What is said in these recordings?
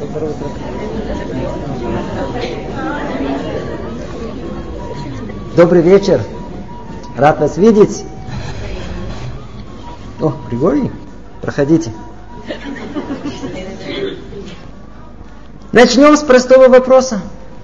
Добрый вечер. Рад вас видеть. О, Григорий, проходите. Начнем с простого вопроса.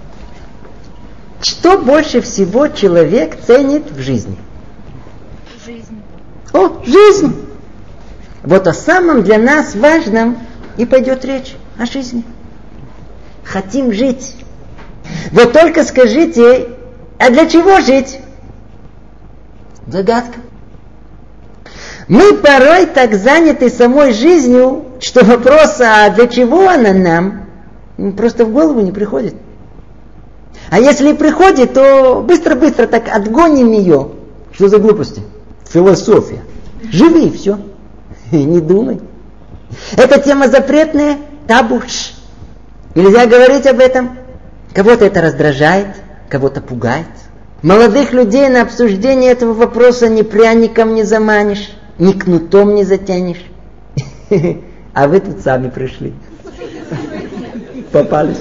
Что больше всего человек ценит в жизни? Жизнь. О, жизнь! Вот о самом для нас важном и пойдет речь, о жизни. Хотим жить. Вот только скажите, а для чего жить? Загадка. Мы порой так заняты самой жизнью, что вопрос, а для чего она нам, просто в голову не приходит. А если и приходит, то быстро-быстро так отгоним ее. Что за глупости? Философия. Живи и все. И не думай. Эта тема запретная, табу. Нельзя говорить об этом. Кого-то это раздражает, кого-то пугает. Молодых людей на обсуждение этого вопроса ни пряником не заманишь, ни кнутом не затянешь. А вы тут сами пришли. Попались.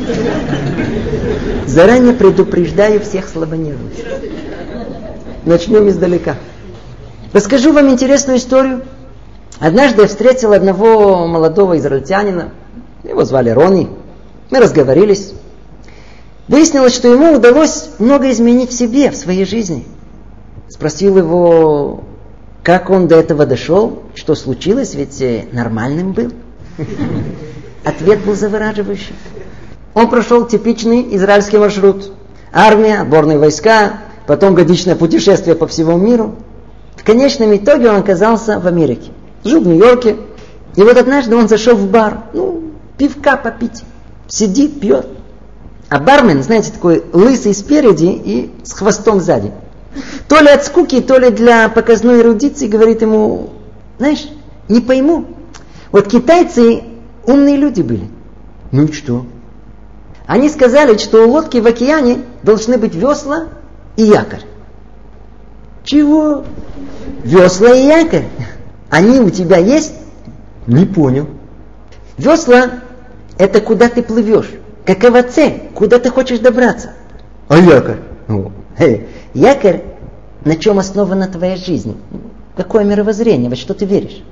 Заранее предупреждаю всех слабонервных. Начнем издалека. Расскажу вам интересную историю. Однажды я встретил одного молодого израильтянина. Его звали Рони. Мы разговорились. Выяснилось, что ему удалось много изменить в себе, в своей жизни. Спросил его, как он до этого дошел, что случилось, ведь нормальным был. Ответ был завораживающий. Он прошел типичный израильский маршрут. Армия, отборные войска, потом годичное путешествие по всему миру. В конечном итоге он оказался в Америке. Жил в Нью-Йорке. И вот однажды он зашел в бар. Пивка попить. Сидит, пьет. А бармен, знаете, такой лысый спереди и с хвостом сзади. То ли от скуки, то ли для показной эрудиции говорит ему, знаешь, не пойму. Вот китайцы умные люди были. Ну и что? Они сказали, что у лодки в океане должны быть весла и якорь. Чего? Весла и якорь? Они у тебя есть? Не понял. Весла — это куда ты плывешь. Какова цель? Куда ты хочешь добраться? А якорь? Якорь, на чем основана твоя жизнь? Какое мировоззрение? Во что ты веришь?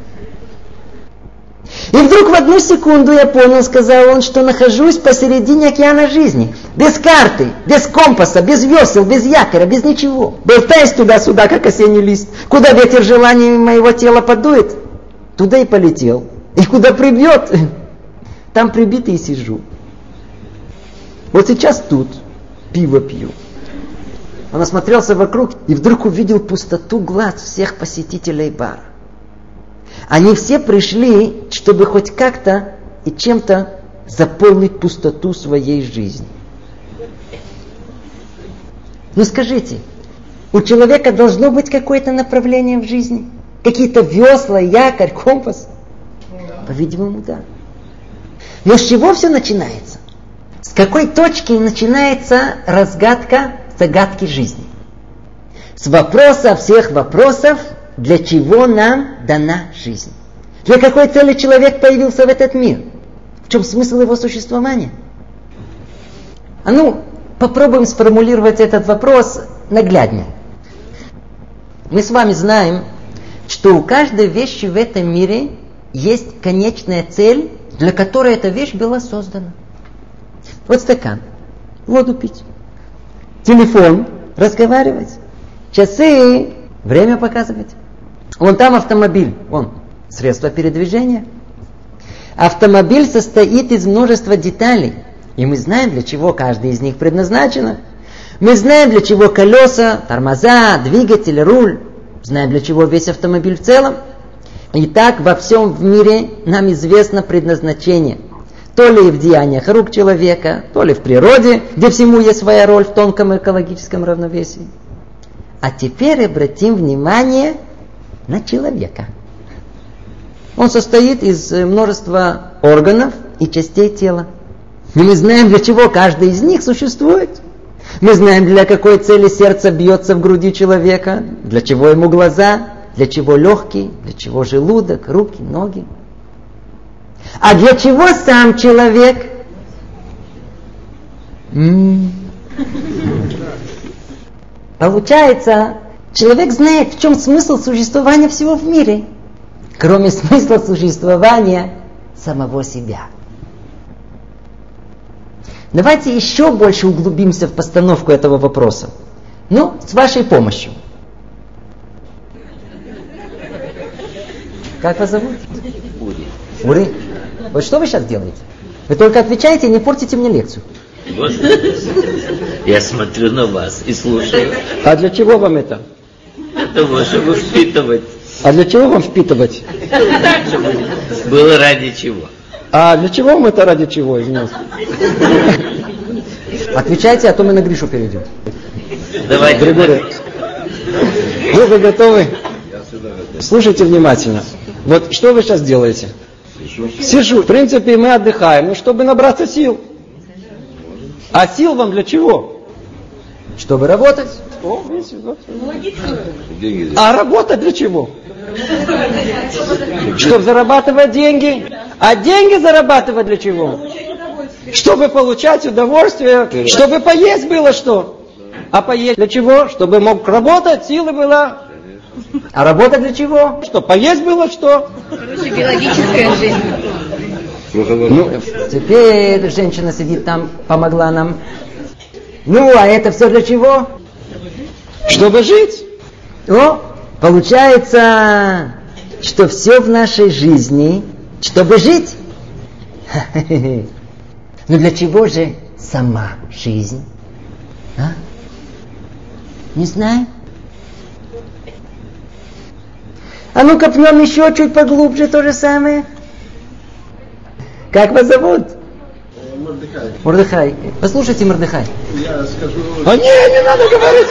И вдруг в одну секунду я понял, сказал он, что нахожусь посередине океана жизни. Без карты, без компаса, без весел, без якоря, без ничего. Болтаюсь туда-сюда, как осенний лист. Куда ветер желаний моего тела подует, туда и полетел. И куда прибьет, там прибитый и сижу. Вот сейчас тут пиво пью. Он осмотрелся вокруг и вдруг увидел пустоту глаз всех посетителей бара. Они все пришли, чтобы хоть как-то и чем-то заполнить пустоту своей жизни. Ну скажите, у человека должно быть какое-то направление в жизни? Какие-то весла, якорь, компас? По-видимому, да. Но с чего все начинается? С какой точки начинается разгадка загадки жизни? С вопроса всех вопросов, для чего нам дана жизнь? Для какой цели человек появился в этот мир? В чем смысл его существования? Попробуем сформулировать этот вопрос нагляднее. Мы с вами знаем, что у каждой вещи в этом мире есть конечная цель, для которой эта вещь была создана. Вот стакан, воду пить, телефон, разговаривать, часы, время показывать. Вон там автомобиль, средство передвижения. Автомобиль состоит из множества деталей, и мы знаем, для чего каждая из них предназначена. Мы знаем, для чего колеса, тормоза, двигатель, руль. Знаем, для чего весь автомобиль в целом. Итак, во всем в мире нам известно предназначение. То ли в деяниях рук человека, то ли в природе, где всему есть своя роль в тонком экологическом равновесии. А теперь обратим внимание на человека. Он состоит из множества органов и частей тела. И мы знаем, для чего каждый из них существует. Мы знаем, для какой цели сердце бьется в груди человека, для чего ему глаза, для чего легкие, для чего желудок, руки, ноги. А для чего сам человек? Получается, человек знает, в чем смысл существования всего в мире, кроме смысла существования самого себя. Давайте еще больше углубимся в постановку этого вопроса. С вашей помощью. Как вас зовут? Ури. Вот что вы сейчас делаете? Вы только отвечаете и не портите мне лекцию. Вот. Я смотрю на вас и слушаю. А для чего вам это? Для того, чтобы впитывать. А для чего вам впитывать? Было ради чего. А для чего вам это ради чего, извиняюсь? Отвечайте, а то мы на Гришу перейдем. Давайте. Григорий, вы готовы? Слушайте внимательно. Вот что вы сейчас делаете? Сижу. В принципе, мы отдыхаем, чтобы набраться сил. А сил вам для чего? Чтобы работать. А работать для чего? Чтобы зарабатывать деньги. А деньги зарабатывать для чего? Чтобы получать удовольствие. Чтобы поесть было что? А поесть для чего? Чтобы мог работать, силы было. А работать для чего? Что, поесть было что? Короче, биологическая жизнь. Теперь женщина сидит там, помогла нам. А это все для чего? Чтобы жить. Получается, что все в нашей жизни, чтобы жить. Для чего же сама жизнь? Не знаю. Копнем еще чуть поглубже то же самое. Как вас зовут? Мордехай. Мордехай. Послушайте, Мордехай. Я скажу... Не надо говорить.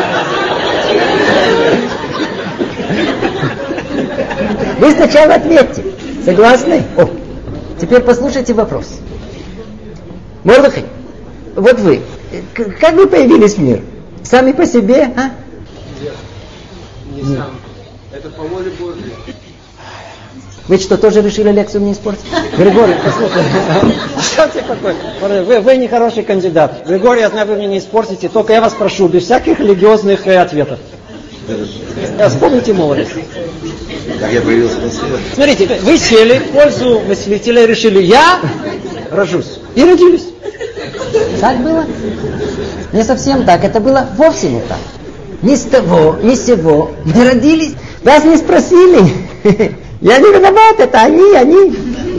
Вы сначала ответьте. Согласны? Теперь послушайте вопрос. Мордехай, вот вы. Как вы появились в мир? Сами по себе, а? Не сам. Это по воле Божьей. Вы что, тоже решили лекцию мне испортить? Григорий, послушай. Что ты какой? Вы нехороший кандидат. Григорий, я знаю, вы мне не испортите, только я вас прошу, без всяких религиозных ответов. Вспомните молодость. Как я появился на свет? Смотрите, вы сели в пользу мыслителя, решили, я рожусь. И родились. Так было? Не совсем так, это было вовсе не так. Ни с того, ни с сего. Мы родились, вас не спросили. Я не виноват, это они.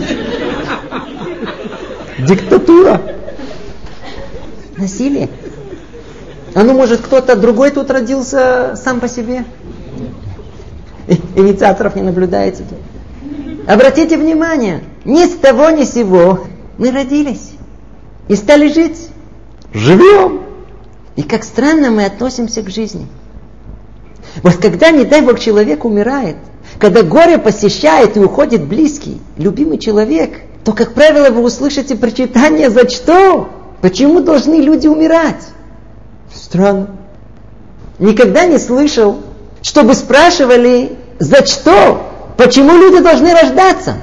Диктатура. Насилие. Может, кто-то другой тут родился сам по себе? Инициаторов не наблюдаете тут? Обратите внимание, ни с того, ни с сего мы родились. И стали жить. Живем. И как странно мы относимся к жизни. Вот когда, не дай Бог, человек умирает, когда горе посещает и уходит близкий, любимый человек, то, как правило, вы услышите причитание «За что? Почему должны люди умирать?» Странно. Никогда не слышал, чтобы спрашивали «За что? Почему люди должны рождаться?»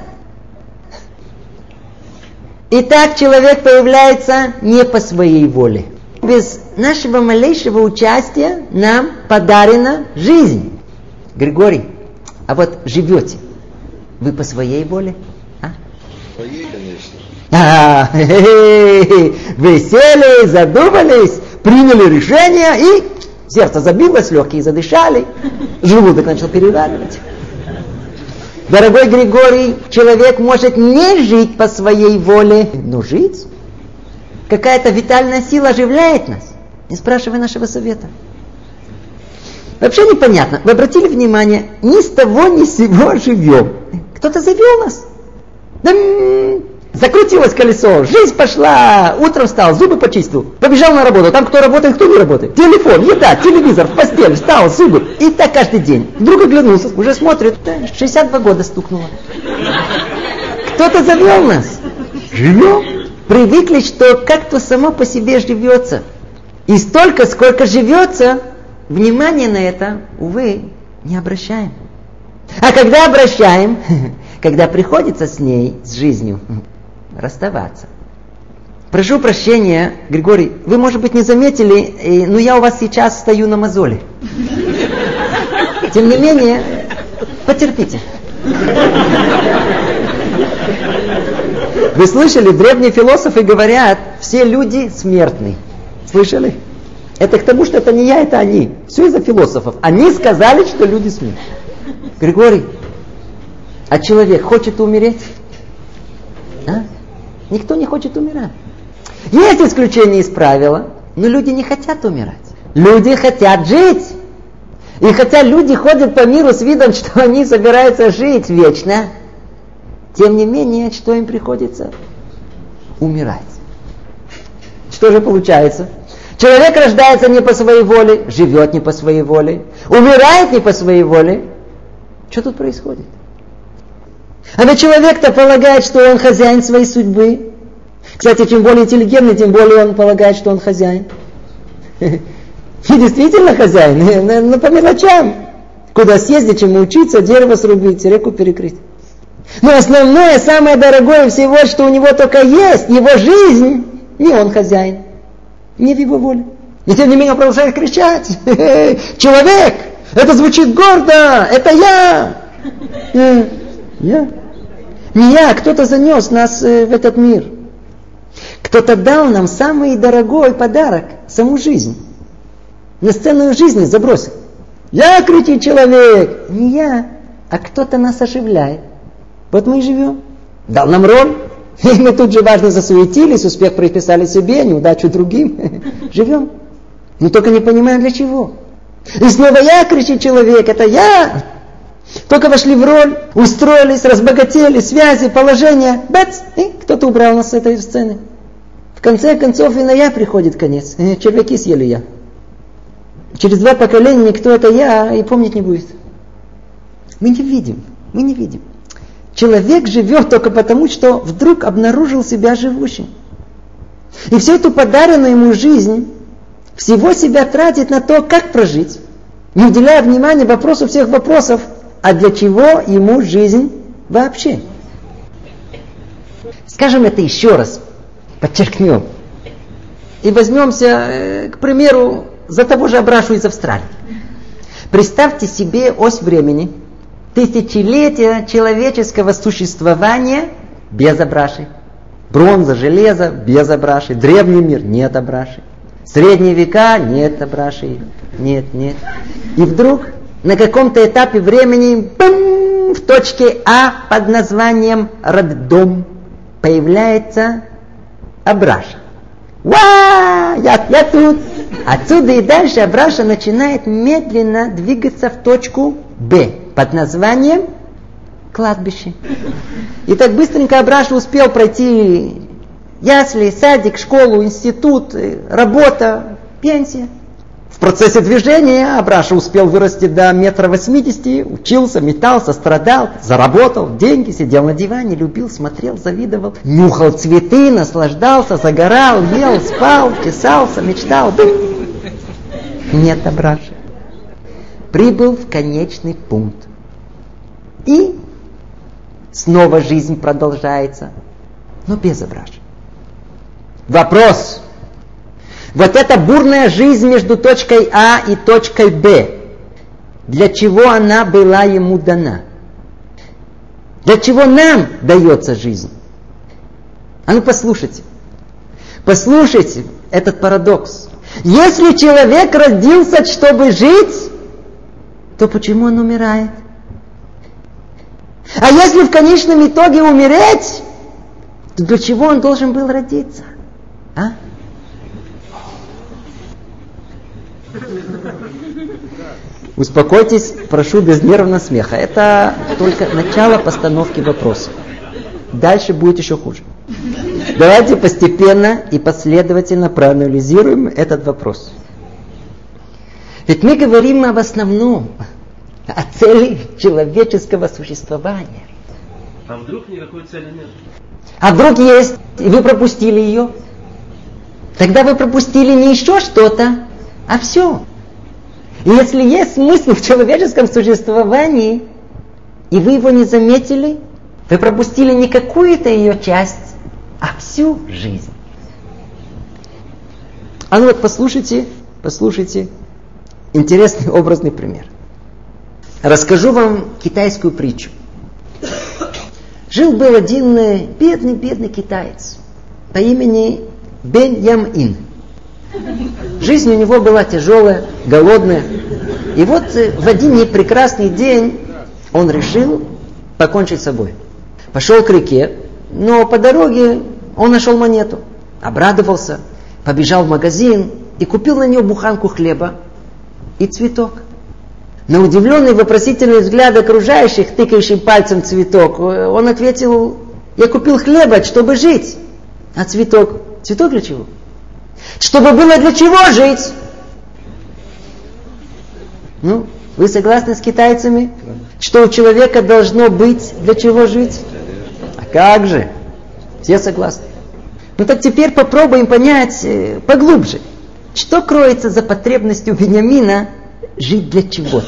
Итак, человек появляется не по своей воле. Без нашего малейшего участия нам подарена жизнь. Григорий, а вот живете вы по своей воле? Своей, конечно. Вы сели, задумались, приняли решение, и сердце забилось, легкие задышали, желудок начал переваривать. Дорогой Григорий, человек может не жить по своей воле, но жить. Какая-то витальная сила оживляет нас, не спрашивая нашего совета. Вообще непонятно. Вы обратили внимание, ни с того, ни с сего живем. Кто-то завел нас. Да, закрутилось колесо, жизнь пошла, утром встал, зубы почистил, побежал на работу, там кто работает, кто не работает. Телефон, еда, телевизор, в постель, встал, зубы. И так каждый день. Вдруг оглянулся, уже смотрит, 62 года стукнуло. Кто-то завел нас. Живем. Привыкли, что как-то само по себе живется. И столько, сколько живется, внимание на это, увы, не обращаем. А когда обращаем, когда приходится с ней, с жизнью, расставаться. Прошу прощения, Григорий, вы, может быть, не заметили, но я у вас сейчас стою на мозоли. Тем не менее, потерпите. Вы слышали, древние философы говорят, все люди смертны. Слышали? Это к тому, что это не я, это они. Все из-за философов. Они сказали, что люди смертны. Григорий, а человек хочет умереть? А? Никто не хочет умирать. Есть исключение из правила, но люди не хотят умирать. Люди хотят жить. И хотя люди ходят по миру с видом, что они собираются жить вечно, тем не менее, что им приходится? Умирать. Что же получается? Человек рождается не по своей воле, живет не по своей воле, умирает не по своей воле. Что тут происходит? А ведь человек-то полагает, что он хозяин своей судьбы. Кстати, чем более интеллигентный, тем более он полагает, что он хозяин. И действительно хозяин, но по мелочам. Куда съездить, чему учиться, дерево срубить, реку перекрыть. Но основное, самое дорогое всего, что у него только есть, его жизнь, не он хозяин, не в его воле. И тем не менее он продолжает кричать: человек, это звучит гордо, это я. Я. Не я, кто-то занес нас в этот мир. Кто-то дал нам самый дорогой подарок, саму жизнь. На сцену жизни забросил. Я, кричит человек. Не я, а кто-то нас оживляет. Вот мы и живем. Дал нам роль. И мы тут же важно засуетились, успех приписали себе, неудачу другим. Живем. Но только не понимаем для чего. И снова я, кричит человек, это я. Только вошли в роль, устроились, разбогатели, связи, положения. Бац! И кто-то убрал нас с этой сцены. В конце концов и на я приходит конец. Червяки съели я. Через 2 поколения никто это я и помнить не будет. Мы не видим. Человек живет только потому, что вдруг обнаружил себя живущим. И всю эту подаренную ему жизнь, всего себя тратит на то, как прожить, не уделяя внимания вопросу всех вопросов, а для чего ему жизнь вообще. Скажем это еще раз, подчеркнем. И возьмемся, к примеру, за того же Абрашу из Австралии. Представьте себе ось времени, тысячелетия человеческого существования без Абраши. Бронза, железо без Абраши. Древний мир нет Абраши. Средние века нет Абраши. Нет. И вдруг на каком-то этапе времени в точке А под названием роддом появляется Абраша. Я тут. Отсюда и дальше Абраша начинает медленно двигаться в точку Б под названием кладбище. И так быстренько Абраша успел пройти ясли, садик, школу, институт, работа, пенсия. В процессе движения Абраша успел вырасти до 1,80 м, учился, метался, страдал, заработал деньги, сидел на диване, любил, смотрел, завидовал, нюхал цветы, наслаждался, загорал, ел, спал, чесался, мечтал. Нет Абраши. Прибыл в конечный пункт. И снова жизнь продолжается, но без Абраши. Вопрос. Вот эта бурная жизнь между точкой А и точкой Б, для чего она была ему дана? Для чего нам дается жизнь? А ну послушайте. Послушайте этот парадокс. Если человек родился, чтобы жить, то почему он умирает? А если в конечном итоге умереть, то для чего он должен был родиться? А? Успокойтесь, прошу, без нервного смеха. Это только начало постановки вопроса. Дальше будет еще хуже. Давайте постепенно и последовательно проанализируем этот вопрос. Ведь мы говорим об основном, о цели человеческого существования. А вдруг никакой цели нет? А вдруг есть, и вы пропустили ее? Тогда вы пропустили не еще что-то, а все. И если есть смысл в человеческом существовании, и вы его не заметили, Вы пропустили не какую-то ее часть, а всю жизнь. А ну вот послушайте, интересный образный пример. Расскажу вам китайскую притчу. Жил-был один бедный китаец по имени Бен Ям Ин. Жизнь у него была тяжелая, голодная. И вот в один непрекрасный день он решил покончить с собой. Пошел к реке, но по дороге он нашел монету. Обрадовался, побежал в магазин и купил на нее буханку хлеба и цветок. На удивленный вопросительный взгляд окружающих, тыкающий пальцем цветок, он ответил: я купил хлеба, чтобы жить. А цветок? Цветок для чего? Чтобы было для чего жить. Ну, вы согласны с китайцами, что у человека должно быть для чего жить? А как же? Все согласны. Ну так теперь попробуем понять поглубже, что кроется за потребностью Беньямина жить для чего-то.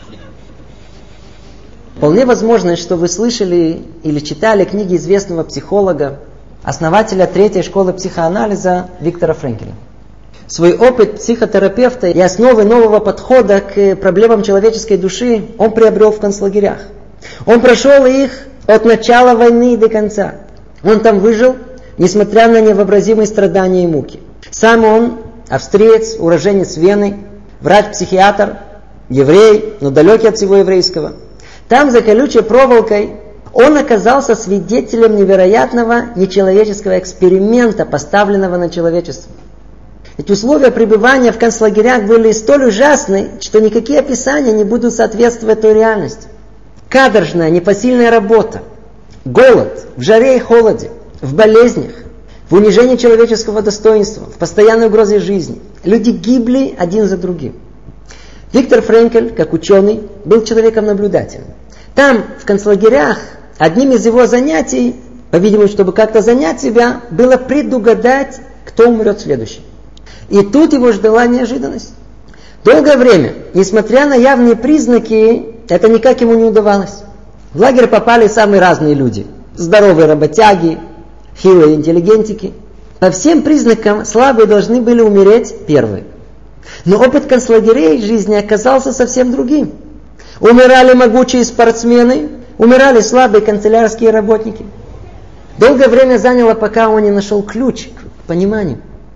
Вполне возможно, что вы слышали или читали книги известного психолога, основателя третьей школы психоанализа Виктора Френкеля. Свой опыт психотерапевта и основы нового подхода к проблемам человеческой души он приобрел в концлагерях. Он прошел их от начала войны до конца. Он там выжил, несмотря на невообразимые страдания и муки. Сам он австриец, уроженец Вены, врач-психиатр, еврей, но далекий от всего еврейского. Там, за колючей проволокой, он оказался свидетелем невероятного нечеловеческого эксперимента, поставленного на человечество. Ведь условия пребывания в концлагерях были столь ужасны, что никакие описания не будут соответствовать той реальности. Каторжная, непосильная работа, голод в жаре и холоде, в болезнях, в унижении человеческого достоинства, в постоянной угрозе жизни. Люди гибли один за другим. Виктор Френкель, как ученый, был человеком наблюдательным. Там, в концлагерях, одним из его занятий, по-видимому, чтобы как-то занять себя, было предугадать, кто умрет следующим. И тут его ждала неожиданность. Долгое время, несмотря на явные признаки, это никак ему не удавалось. В лагерь попали самые разные люди. Здоровые работяги, хилые интеллигентики. По всем признакам слабые должны были умереть первые. Но опыт концлагерей жизни оказался совсем другим. Умирали могучие спортсмены, умирали слабые канцелярские работники. Долгое время заняло, пока он не нашел ключ к пониманию.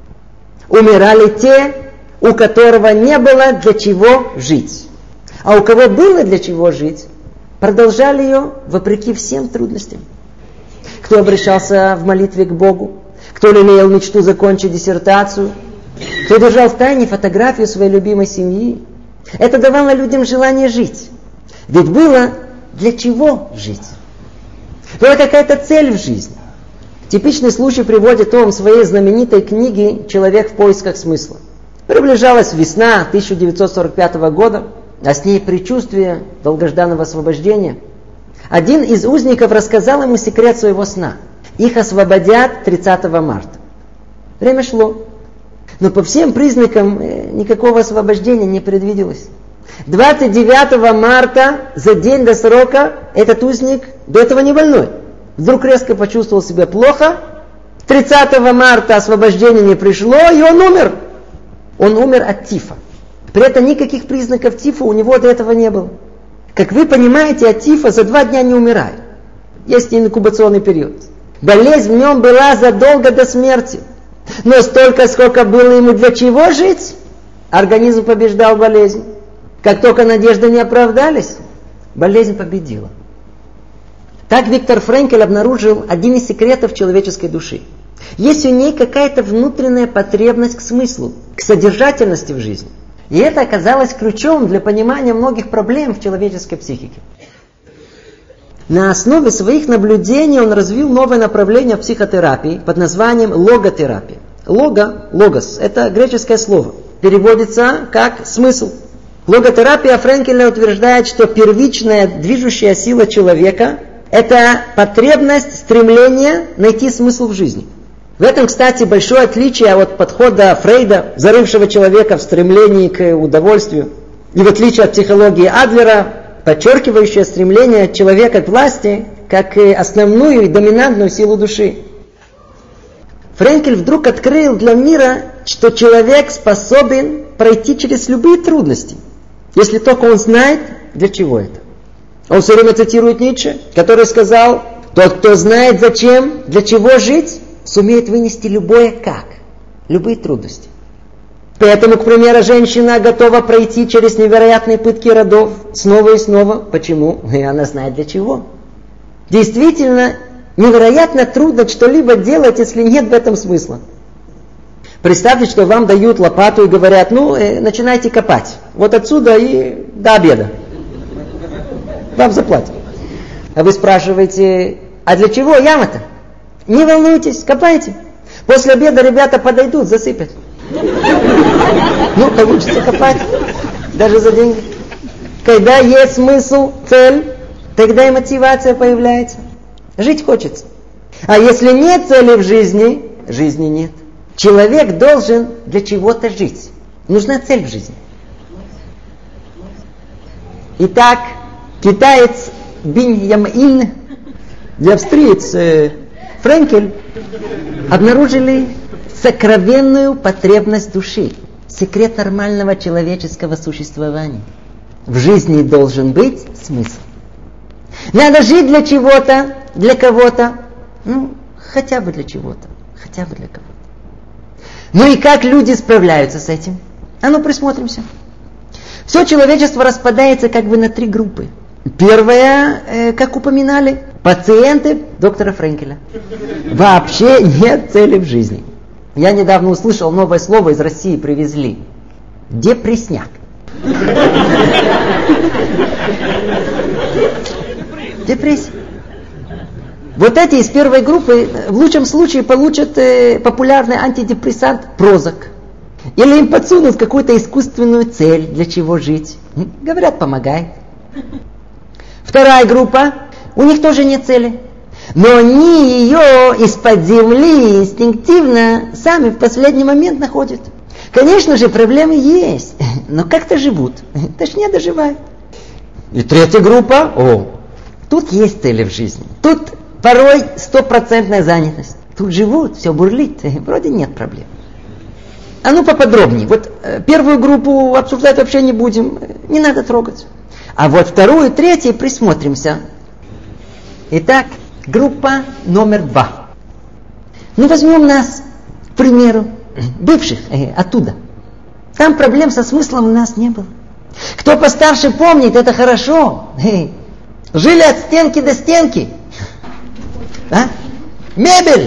Умирали те, у которого не было для чего жить. А у кого было для чего жить, продолжали ее вопреки всем трудностям. Кто обращался в молитве к Богу, кто лелеял мечту закончить диссертацию, кто держал в тайне фотографию своей любимой семьи. Это давало людям желание жить. Ведь было для чего жить. Была какая-то цель в жизни. Типичный случай приводит он в своей знаменитой книге «Человек в поисках смысла». Приближалась весна 1945 года, а с ней предчувствие долгожданного освобождения. Один из узников рассказал ему секрет своего сна. Их освободят 30 марта. Время шло. Но по всем признакам никакого освобождения не предвиделось. 29 марта, за день до срока, этот узник, до этого не больной, вдруг резко почувствовал себя плохо. 30 марта освобождение не пришло, и он умер. Он умер от тифа. При этом никаких признаков тифа у него до этого не было. Как вы понимаете, от тифа за 2 дня не умирают. Есть инкубационный период. Болезнь в нем была задолго до смерти. Но столько, сколько было ему для чего жить, организм побеждал болезнь. Как только надежды не оправдались, болезнь победила. Так Виктор Френкель обнаружил один из секретов человеческой души. Есть у ней какая-то внутренняя потребность к смыслу, к содержательности в жизни. И это оказалось ключом для понимания многих проблем в человеческой психике. На основе своих наблюдений он развил новое направление в психотерапии под названием логотерапия. Логос – это греческое слово. Переводится как «смысл». Логотерапия Френкеля утверждает, что первичная движущая сила человека – это потребность, стремление найти смысл в жизни. В этом, кстати, большое отличие от подхода Фрейда, зарывшего человека в стремлении к удовольствию, и в отличие от психологии Адлера, подчеркивающее стремление человека к власти, как основную и доминантную силу души. Френкель вдруг открыл для мира, что человек способен пройти через любые трудности, если только он знает, для чего это. Он все время цитирует Ницше, который сказал: тот, кто знает зачем, для чего жить, сумеет вынести любое как, любые трудности. Поэтому, к примеру, женщина готова пройти через невероятные пытки родов снова и снова. Почему? И она знает для чего. Действительно, невероятно трудно что-либо делать, если нет в этом смысла. Представьте, что вам дают лопату и говорят: начинайте копать. Вот отсюда и до обеда. Вам заплатят. А вы спрашиваете: а для чего яма-то? Не волнуйтесь, копайте. После обеда ребята подойдут, засыпят. Получится копать. Даже за деньги. Когда есть смысл, цель, тогда и мотивация появляется. Жить хочется. А если нет цели в жизни, жизни нет. Человек должен для чего-то жить. Нужна цель в жизни. Итак, китаец Биньямин и австриец Френкель обнаружили сокровенную потребность души, секрет нормального человеческого существования. В жизни должен быть смысл. Надо жить для чего-то, для кого-то, хотя бы для чего-то, хотя бы для кого-то. И как люди справляются с этим? Присмотримся. Все человечество распадается как бы на 3 группы. Первая, как упоминали, пациенты доктора Френкеля. Вообще нет цели в жизни. Я недавно услышал новое слово, из России привезли. Депрессняк. Депрессия. Вот эти из первой группы в лучшем случае получат популярный антидепрессант Прозак. Или им подсунут какую-то искусственную цель, для чего жить. Говорят, помогает. Вторая группа, у них тоже нет цели. Но они ее из-под земли инстинктивно сами в последний момент находят. Конечно же, проблемы есть, но как-то живут. Точнее, доживают. И третья группа, тут есть цели в жизни. Тут порой 100% занятость. Тут живут, все бурлит, вроде нет проблем. Поподробнее. Вот первую группу обсуждать вообще не будем, не надо трогать. А вот вторую, третью присмотримся. Итак, группа номер 2. Возьмем нас, к примеру, бывших оттуда. Там проблем со смыслом у нас не было. Кто постарше помнит, это хорошо. Жили от стенки до стенки. Мебель.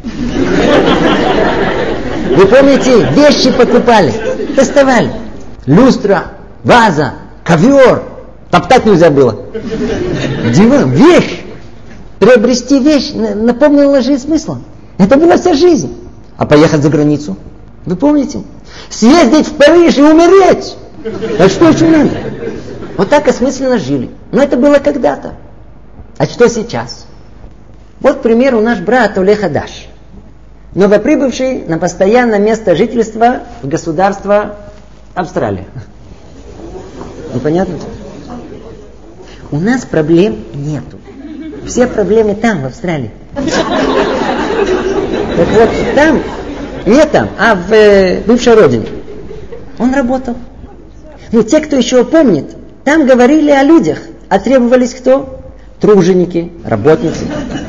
Вы помните, вещи покупали, доставали. Люстра, ваза, ковер. Топтать нельзя было. Диван, вещь. Приобрести вещь наполнила жизнь смыслом. Это была вся жизнь. А поехать за границу? Вы помните? Съездить в Париж и умереть. А что еще надо? Вот так осмысленно жили. Но это было когда-то. А что сейчас? Вот, к примеру, наш брат Олег Хадаш. Новоприбывший на постоянное место жительства в государство Австралия. Непонятно? У нас проблем нету. Все проблемы там, в Австралии. Так вот, там, не там, а в бывшей родине. Он работал. Те, кто еще помнит, там говорили о людях, а требовались кто? Труженики, работницы.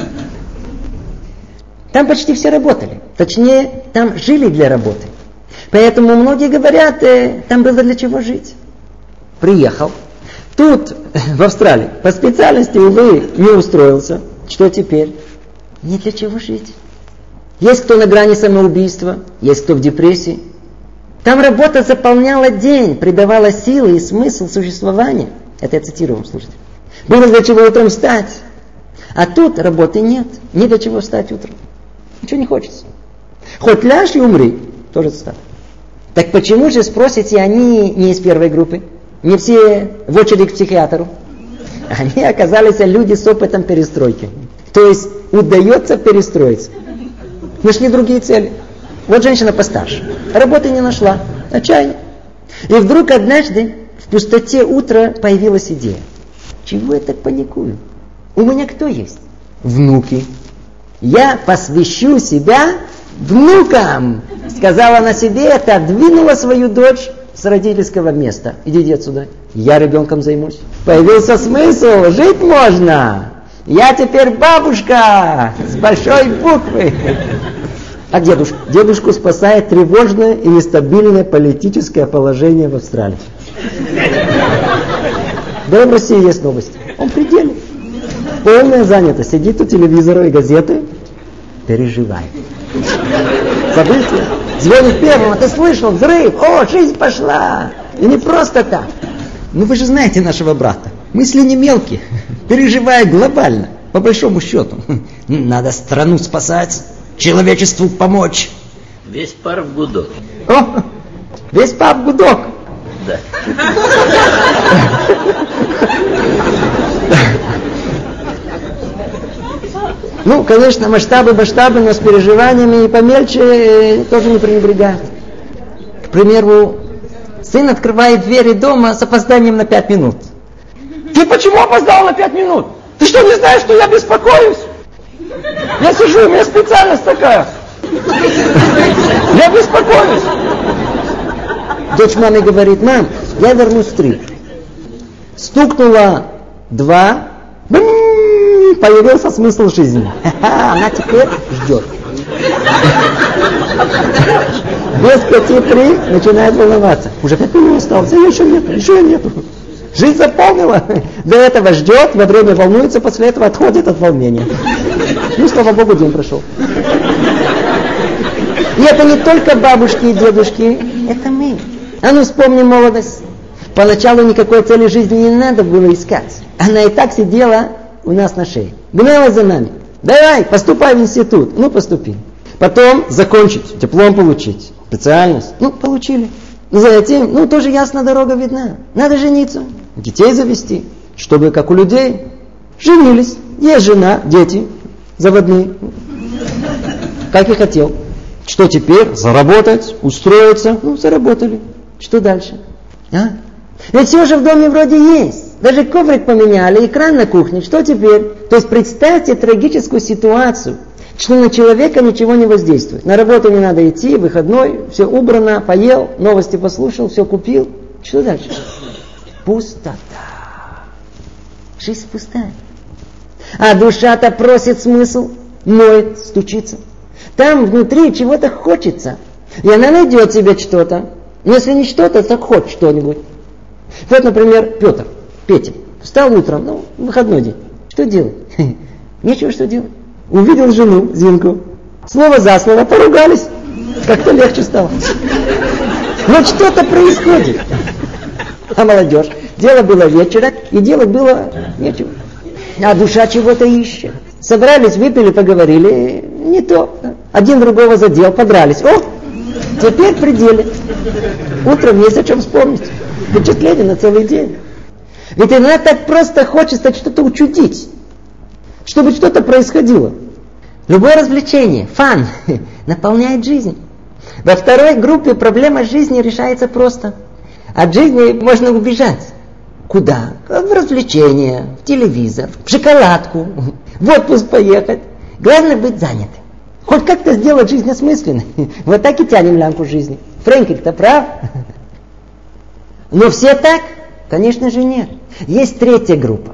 Там почти все работали. Точнее, там жили для работы. Поэтому многие говорят, там было для чего жить. Приехал. Тут, в Австралии, по специальности, увы, не устроился. Что теперь? Не для чего жить. Есть кто на грани самоубийства, есть кто в депрессии. Там работа заполняла день, придавала силы и смысл существования. Это я цитирую вам, слушайте. Было для чего утром встать. А тут работы нет. Не для чего встать утром. Ничего не хочется. Хоть ляжь и умри, тоже встать. Так почему же, спросите, они не из первой группы? Не все в очередь к психиатру. Они оказались люди с опытом перестройки. То есть удается перестроиться. Нашли другие цели. Вот женщина постарше. Работы не нашла. Отчаяние. И вдруг однажды в пустоте утра появилась идея. Чего я так паникую? У меня кто есть? Внуки. Я посвящу себя внукам. Сказала она себе это, отдвинула свою дочь с родительского места. Идите отсюда. Я ребенком займусь. Появился смысл. Жить можно. Я теперь бабушка с большой буквы. А дедушку? Дедушку спасает тревожное и нестабильное политическое положение в Австралии. Да, в России есть новости. Он в пределе. Полная занятость. Сидит у телевизора и газеты. Переживает. События. Звонит первым. А ты слышал? Взрыв. О, жизнь пошла. И не просто так. Ну вы же знаете нашего брата. Мысли не мелкие. Переживает глобально. По большому счету. Надо страну спасать. Человечеству помочь. Весь пар в гудок. О, весь пар в гудок. Да. Ну, конечно, масштабы, но с переживаниями и помельче тоже не пренебрегают. К примеру, сын открывает двери дома с опозданием на 5 минут. Ты почему опоздал на 5 минут? Ты что, не знаешь, что я беспокоюсь? Я сижу, у меня специальность такая. Я беспокоюсь. Дочь маме говорит: мам, я вернусь в 3. Стукнула 2. Появился смысл жизни. Она теперь ждет. Без 5:03 начинает волноваться. Уже 5 минут осталось, а еще нету. Жизнь заполнила. До этого ждет, во время волнуется, после этого отходит от волнения. Ну, слава Богу, день прошел. И это не только бабушки и дедушки, это мы. А ну вспомним молодость. Поначалу никакой цели жизни не надо было искать. Она и так сидела у нас на шее. Гналась за нами. Давай, поступай в институт. Ну, поступи. Потом закончить, диплом получить. Специальность. Ну, получили. Затем, тоже ясно, дорога видна. Надо жениться. Детей завести. Чтобы, как у людей, женились. Есть жена, дети. Заводные. Как и хотел. Что теперь? Заработать, устроиться. Заработали. Что дальше? Ведь все же в доме вроде есть. Даже коврик поменяли, экран на кухне. Что теперь? То есть представьте трагическую ситуацию, что на человека ничего не воздействует. На работу не надо идти, выходной, все убрано, поел, новости послушал, все купил. Что дальше? Пустота. Жизнь пустая. А душа-то просит смысл, ноет, стучится. Там внутри чего-то хочется. И она найдет себе что-то. Но если не что-то, так хоть что-нибудь. Вот, например, Петя, встал утром, выходной день. Что делать? Нечего что делать. Увидел жену, Зинку. Слово за слово поругались. Как-то легче стало. Вот что-то происходит. А молодежь? Дело было вечера, и делать было нечего. А душа чего-то ищет. Собрались, выпили, поговорили. Не то. Один другого задел, подрались. О, теперь в пределе. Утром есть о чем вспомнить. Впечатление на целый день. Ведь иногда так просто хочется что-то учудить. Чтобы что-то происходило. Любое развлечение, фан, наполняет жизнь. Во второй группе проблема жизни решается просто. От жизни можно убежать. Куда? В развлечения, в телевизор, в шоколадку, в отпуск поехать. Главное быть занятым. Хоть как-то сделать жизнь осмысленной. Вот так и тянем лямку жизни. Фрэнкель-то прав. Но все так? Конечно же нет. Есть третья группа.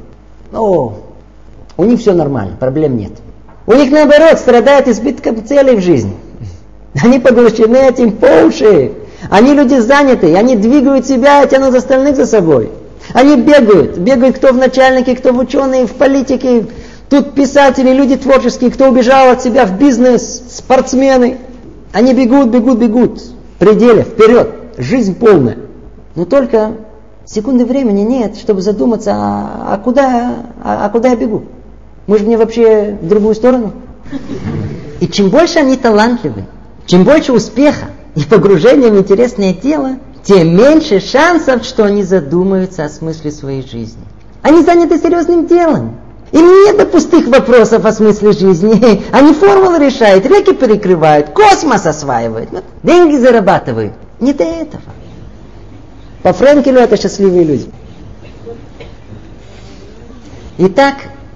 У них все нормально, проблем нет. У них наоборот страдают избытком целей в жизни. Они поглощены этим по уши. Они люди занятые, они двигают себя и тянут остальных за собой. Они бегают кто в начальнике, кто в ученые, в политике. Тут писатели, люди творческие, кто убежал от себя в бизнес, спортсмены. Они бегут. В пределе, вперед. Жизнь полная. Но только секунды времени нет, чтобы задуматься, а куда я бегу? Может мне вообще в другую сторону? И чем больше они талантливы, чем больше успеха и погружения в интересное дело, тем меньше шансов, что они задумаются о смысле своей жизни. Они заняты серьезным делом. Им нет до пустых вопросов о смысле жизни. Они формулы решают, реки перекрывают, космос осваивают, деньги зарабатывают. Не до этого. По Фрэнкелю это счастливые люди. Итак,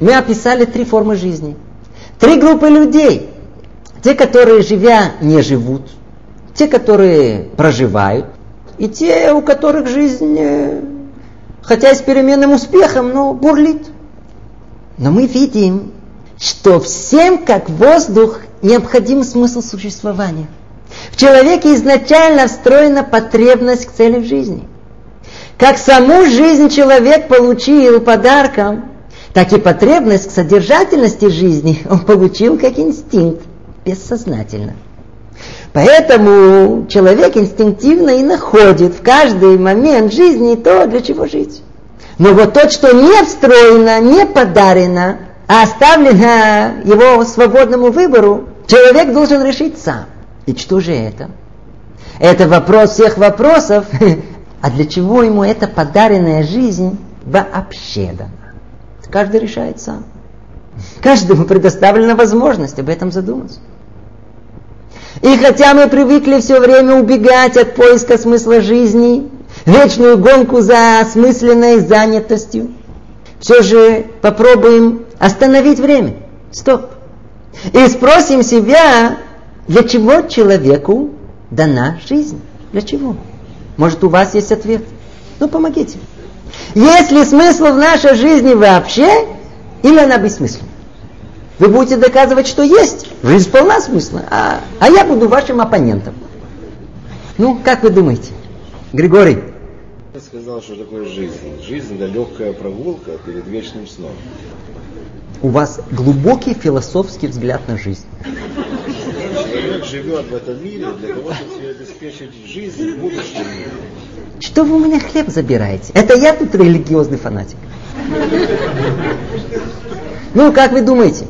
мы описали 3 формы жизни. 3 группы людей. Те, которые, живя, не живут. Те, которые проживают. И те, у которых жизнь, хотя и с переменным успехом, но бурлит. Но мы видим, что всем, как воздух, необходим смысл существования. В человеке изначально встроена потребность к цели в жизни. Как саму жизнь человек получил подарком, так и потребность к содержательности жизни он получил как инстинкт, бессознательно. Поэтому человек инстинктивно и находит в каждый момент жизни то, для чего жить. Но вот то, что не встроено, не подарено, а оставлено его свободному выбору, человек должен решить сам. И что же это? Это вопрос всех вопросов. А для чего ему эта подаренная жизнь вообще дана? Каждый решает сам. Каждому предоставлена возможность об этом задуматься. И хотя мы привыкли все время убегать от поиска смысла жизни, вечную гонку за осмысленной занятостью, все же попробуем остановить время. Стоп. И спросим себя, для чего человеку дана жизнь? Для чего? Может, у вас есть ответ? Ну, помогите. Есть ли смысл в нашей жизни вообще, или она бессмысленна? Вы будете доказывать, что есть. Жизнь полна смысла. А я буду вашим оппонентом. Ну, как вы думаете? Григорий? Я сказал, что такое жизнь. Жизнь – это легкая прогулка перед вечным сном. У вас глубокий философский взгляд на жизнь. Человек живет в этом мире для того, чтобы себе обеспечить жизнь в будущем мире. Что вы у меня хлеб забираете? Это я тут религиозный фанатик. Ну, как вы думаете?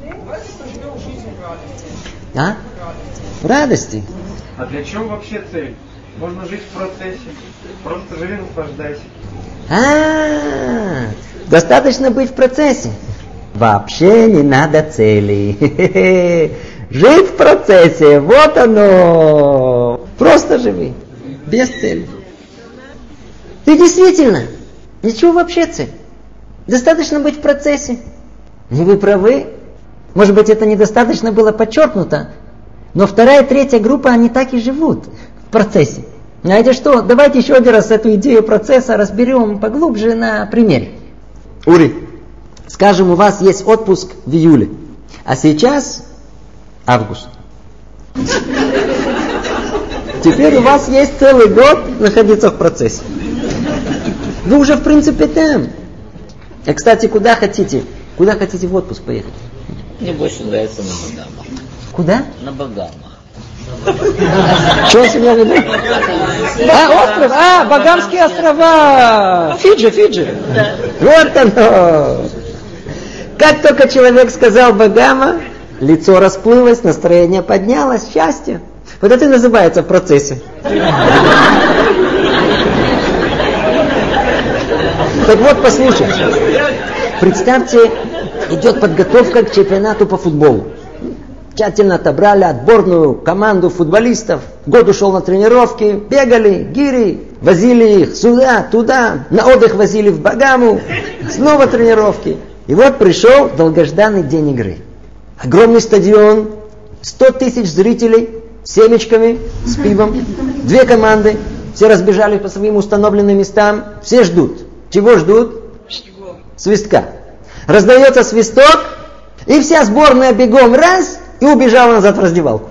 А? В радости. А для чего вообще цель? Можно жить в процессе. Просто живи, наслаждайся. Достаточно быть в процессе. Вообще не надо цели. Жить в процессе, вот оно. Просто живи. Без цели. И действительно, ничего вообще цель. Достаточно быть в процессе. И вы правы. Может быть, это недостаточно было подчеркнуто. Но 2 и 3 группа, они так и живут в процессе. Знаете что? Давайте еще один раз эту идею процесса разберем поглубже на примере. Ури, скажем, у вас есть отпуск в июле. А сейчас август. Теперь у вас есть целый год находиться в процессе. Вы уже в принципе там. И, кстати, куда хотите? Куда хотите в отпуск поехать? Мне больше нравится на Багамах. Куда? На Багамах. Что он себя ведет? Остров! Багамские острова! Фиджи. Вот оно! Как только человек сказал Багама, лицо расплылось, настроение поднялось, счастье. Вот это и называется в процессе. Так вот, послушайте. Представьте, идет подготовка к чемпионату по футболу. Тщательно отобрали отборную команду футболистов. Год ушел на тренировки, бегали, гири, возили их сюда, туда, на отдых возили в Багаму, снова тренировки. И вот пришел долгожданный день игры. Огромный стадион, 100 тысяч зрителей, с семечками, с пивом, 2 команды, все разбежали по своим установленным местам, все ждут. Чего ждут? Свистка. Раздается свисток, и вся сборная бегом раз, и убежала назад в раздевалку.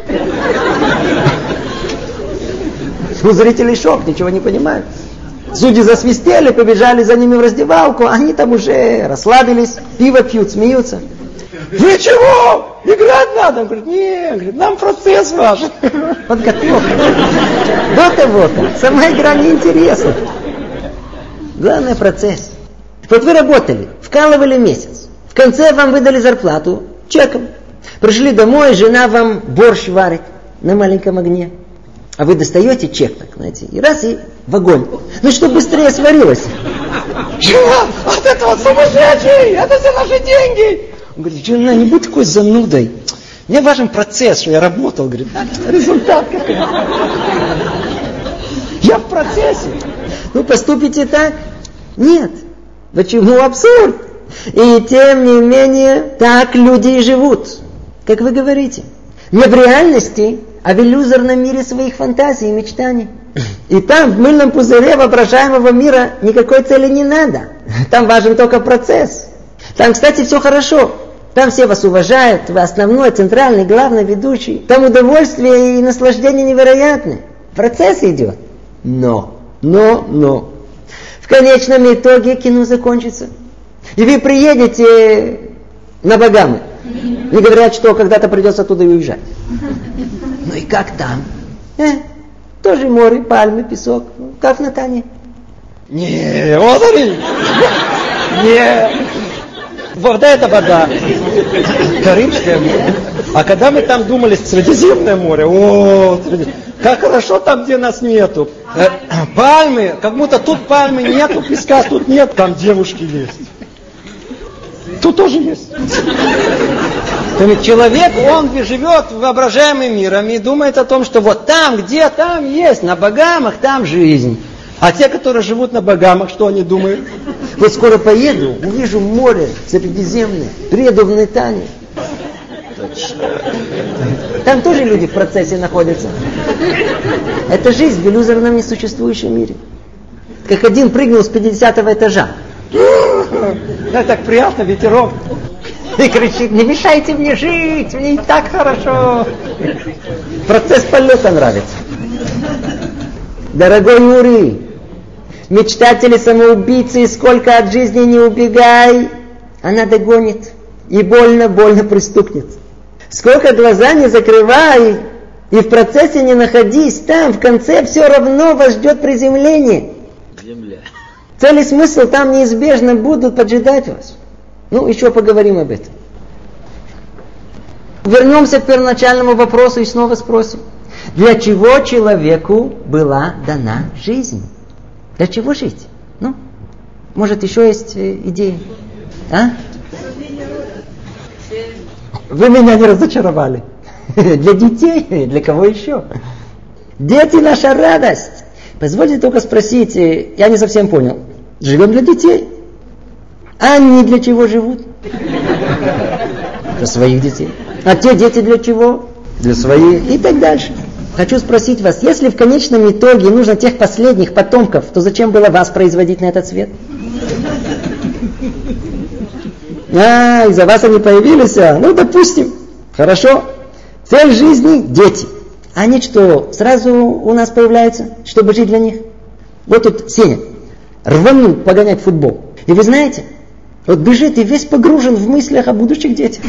У зрителей шок, ничего не понимают. Судьи засвистели, побежали за ними в раздевалку, они там уже расслабились, пиво пьют, смеются. Вы чего? Играть надо? Он говорит, нет, нам процесс важен. Подготовка. Вот-то. Сама игра неинтересна. Главное процесс. Вот вы работали, вкалывали месяц. В конце вам выдали зарплату чеком. Пришли домой, жена вам борщ варит на маленьком огне. А вы достаете чек, так, знаете, и раз, и в огонь. Ну, чтобы быстрее сварилось. Жена, вот это вот сумасшедший, это все наши деньги. Он говорит, жена, не будь такой занудой. Мне важен процесс, что я работал. Говорит, результат какой. Я в процессе. Ну, поступите так? Нет. Почему абсурд? И тем не менее, так люди и живут, как вы говорите. Не в реальности, а в иллюзорном мире своих фантазий и мечтаний. И там, в мыльном пузыре воображаемого мира, никакой цели не надо. Там важен только процесс. Там, кстати, все хорошо. Там все вас уважают, вы основной, центральный, главный, ведущий. Там удовольствие и наслаждение невероятны. Процесс идет. Но. В конечном итоге кино закончится. И вы приедете на Багамы. Не говорят, что когда-то придется оттуда уезжать. Ну и как там? Тоже море, пальмы, песок. Как в Натане? Не, вот они. Не. Вода это вода. Карибское море. А когда мы там думали, Средиземное море, как хорошо там, где нас нету. Пальмы, как будто тут пальмы нету, песка тут нет, там девушки есть. Тут тоже есть. То есть человек, он живет воображаемым миром и думает о том, что вот там, где там есть, на Багамах, там жизнь. А те, которые живут на Багамах, что они думают? Вот скоро поеду, увижу море Средиземное, приеду в Нетанию. Там тоже люди в процессе находятся. Это жизнь в иллюзорном несуществующем мире. Как один прыгнул с 50-го этажа. Это так приятно, ветерок. И кричит: не мешайте мне жить, мне и так хорошо. Процесс полета нравится. Дорогой Юрий, мечтатели, самоубийцы, сколько от жизни не убегай, она догонит и больно пристукнет. Сколько глаза не закрывай, и в процессе не находись, там в конце все равно вас ждет приземление. Земля. Цель и смысл там неизбежно будут поджидать вас. Ну, еще поговорим об этом. Вернемся к первоначальному вопросу и снова спросим. Для чего человеку была дана жизнь? Для чего жить? Ну, может, еще есть идеи? А? Вы меня не разочаровали. Для детей? Для кого еще? Дети — наша радость. Позвольте только спросить, я не совсем понял. Живем для детей? А они для чего живут? Для своих детей. А те дети для чего? Для своих. И так дальше. Хочу спросить вас, если в конечном итоге нужно тех последних потомков, то зачем было вас производить на этот свет? Из-за вас они появились? Ну, допустим. Хорошо. Цель жизни — дети. Они что, сразу у нас появляются, чтобы жить для них? Вот тут Сеня рванул погонять футбол. И вы знаете, вот бежит и весь погружен в мыслях о будущих детях.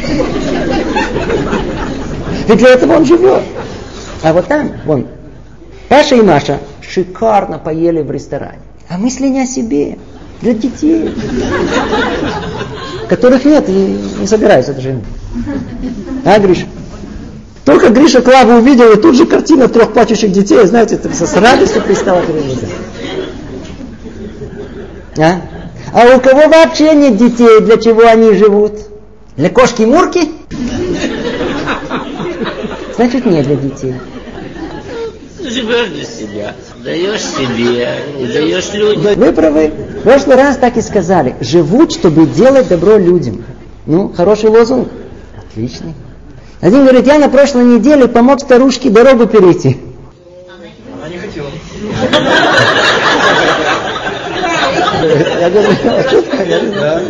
Ведь для этого он живет. А вот там, вон, Паша и Маша шикарно поели в ресторане. А мысли не о себе, для детей, которых нет и не собираются даже. А, Гриша? Только Гриша Клаву увидел, и тут же картина 3 плачущих детей, знаете, с радостью пристала перед ним. А у кого вообще нет детей, для чего они живут? Для кошки-мурки? Значит, не для детей. Живешь для себя, даешь себе и даешь людям. Вы правы. В прошлый раз так и сказали. Живут, чтобы делать добро людям. Ну, хороший лозунг. Отличный. Один говорит: я на прошлой неделе помог старушке дорогу перейти. Она не хотела. Я говорю, шутка, я не знаю.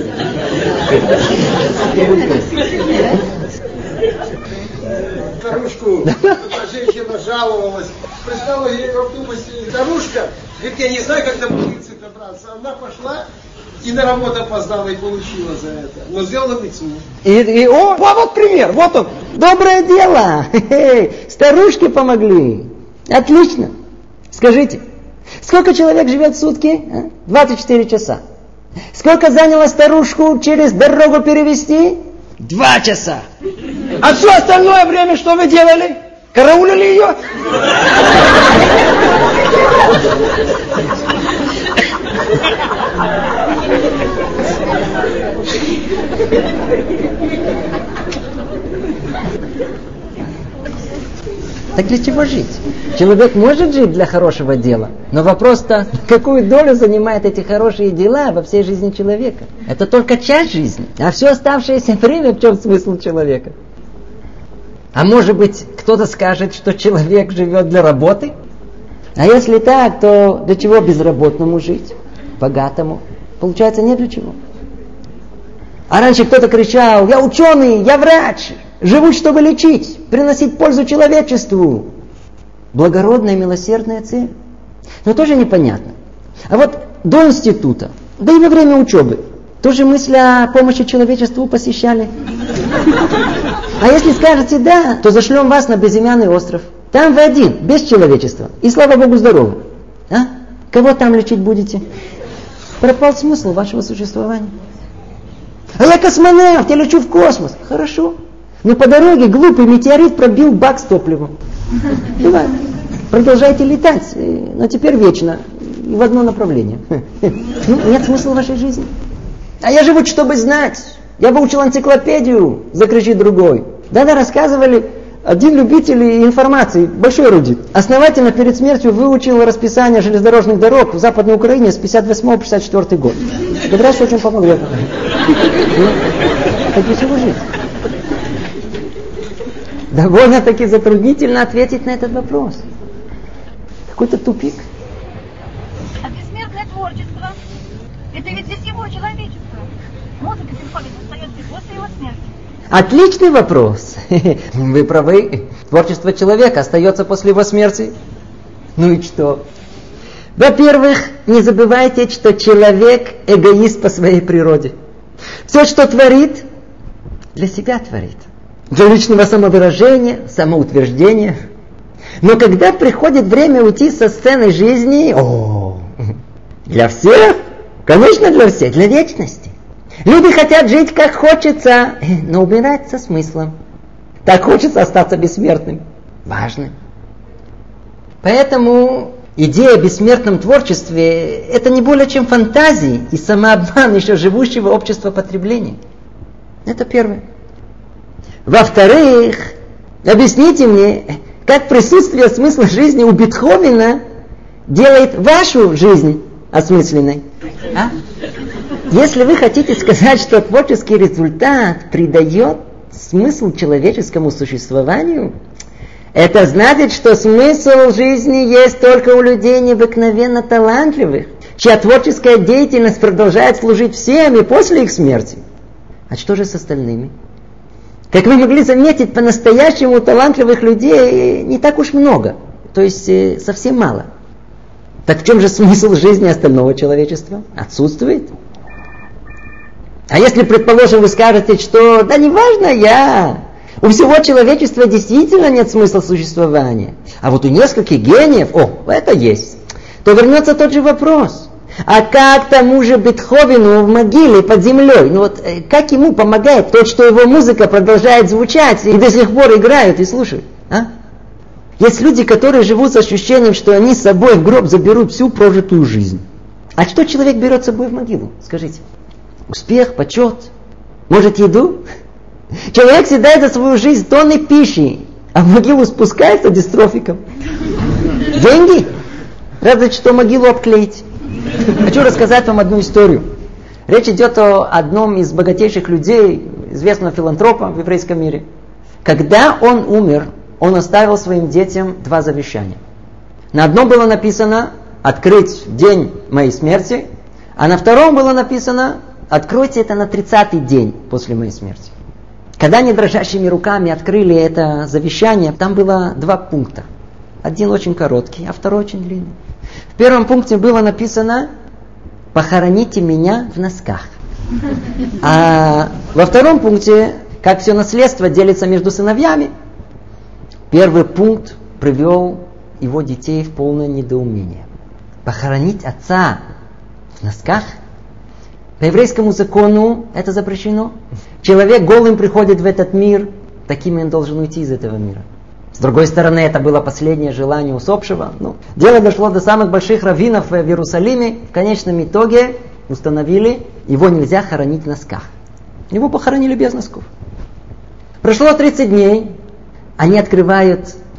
Старушку, женщина жаловалась, пристала ей в автобусе старушка, говорит: я не знаю, как до больницы добраться. Она пошла и на работу опоздала и получила за это. Но сделала мецву. Вот пример, вот он. Доброе дело. Старушки помогли. Отлично. Скажите, сколько человек живет в сутки? 24 часа. Сколько заняло старушку через дорогу перевести? 2 часа. А все остальное время что вы делали? Караулили ее? Так для чего жить? Человек может жить для хорошего дела, но вопрос-то, какую долю занимают эти хорошие дела во всей жизни человека? Это только часть жизни, а все оставшееся время, в чем смысл человека? А может быть, кто-то скажет, что человек живет для работы? А если так, то для чего безработному жить? Богатому? Получается, нет для чего. А раньше кто-то кричал: я ученый, я врач, живу, чтобы лечить, приносить пользу человечеству. Благородная, милосердная цель. Но тоже непонятно. А вот до института, да и во время учебы, тоже мысли о помощи человечеству посещали. А если скажете да, то зашлем вас на безымянный остров. Там вы один, без человечества. И слава Богу, здоровы. А? Кого там лечить будете? Пропал смысл вашего существования. А я космонавт, я лечу в космос. Хорошо. Но по дороге глупый метеорит пробил бак с топливом. Бывает. Продолжайте летать, но теперь вечно. И в одно направление. Нет смысла в вашей жизни. А я живу, чтобы знать. Я выучил энциклопедию, закричит другой. Да-да, рассказывали, один любитель информации, большой эрудит, основательно перед смертью выучил расписание железнодорожных дорог в Западной Украине с 58 по 64 год. Как раз очень помогло. Так для чего жить? Довольно-таки затруднительно ответить на этот вопрос. Какой-то тупик. А бессмертное творчество? Это ведь для всего человечества. Музыка приходит остается и после его смерти. Отличный вопрос. Вы правы. Творчество человека остается после его смерти. Ну и что? Во-первых, не забывайте, что человек эгоист по своей природе. Все, что творит, для себя творит. Для личного самовыражения, самоутверждения. Но когда приходит время уйти со сцены жизни, для всех, конечно для всех, для вечности. Люди хотят жить как хочется, но умирать со смыслом. Так хочется остаться бессмертным. Важно. Поэтому идея о бессмертном творчестве – это не более чем фантазии и самообман еще живущего общества потребления. Это первое. Во-вторых, объясните мне, как присутствие смысла жизни у Бетховена делает вашу жизнь осмысленной. А? Если вы хотите сказать, что творческий результат придает смысл человеческому существованию, это значит, что смысл жизни есть только у людей необыкновенно талантливых, чья творческая деятельность продолжает служить всем и после их смерти. А что же с остальными? Как вы могли заметить, по-настоящему талантливых людей не так уж много, то есть совсем мало. Так в чем же смысл жизни остального человечества? Отсутствует? А если, предположим, вы скажете, что да неважно я, у всего человечества действительно нет смысла существования, а вот у нескольких гениев, это есть, то вернется тот же вопрос. А как тому же Бетховену в могиле под землей? Как ему помогает то, что его музыка продолжает звучать и до сих пор играют и слушают? А? Есть люди, которые живут с ощущением, что они с собой в гроб заберут всю прожитую жизнь. А что человек берет с собой в могилу? Скажите. Успех, почет, может еду? Человек съедает за свою жизнь тонны пищи, а в могилу спускается дистрофиком. Деньги? Разве что могилу обклеить. Хочу рассказать вам одну историю. Речь идет о одном из богатейших людей, известного филантропа в еврейском мире. Когда он умер, он оставил своим детям 2 завещания. На одном было написано «Открыть в день моей смерти», а на втором было написано «Откройте это на 30-й день после моей смерти». Когда они дрожащими руками открыли это завещание, там было 2 пункта. Один очень короткий, а второй очень длинный. В первом пункте было написано «Похороните меня в носках». А во втором пункте, как все наследство делится между сыновьями, первый пункт привел его детей в полное недоумение. Похоронить отца в носках? По еврейскому закону это запрещено. Человек голым приходит в этот мир, таким он должен уйти из этого мира. С другой стороны, это было последнее желание усопшего. Дело дошло до самых больших раввинов в Иерусалиме. В конечном итоге установили, его нельзя хоронить в носках. Его похоронили без носков. Прошло 30 дней, они открывают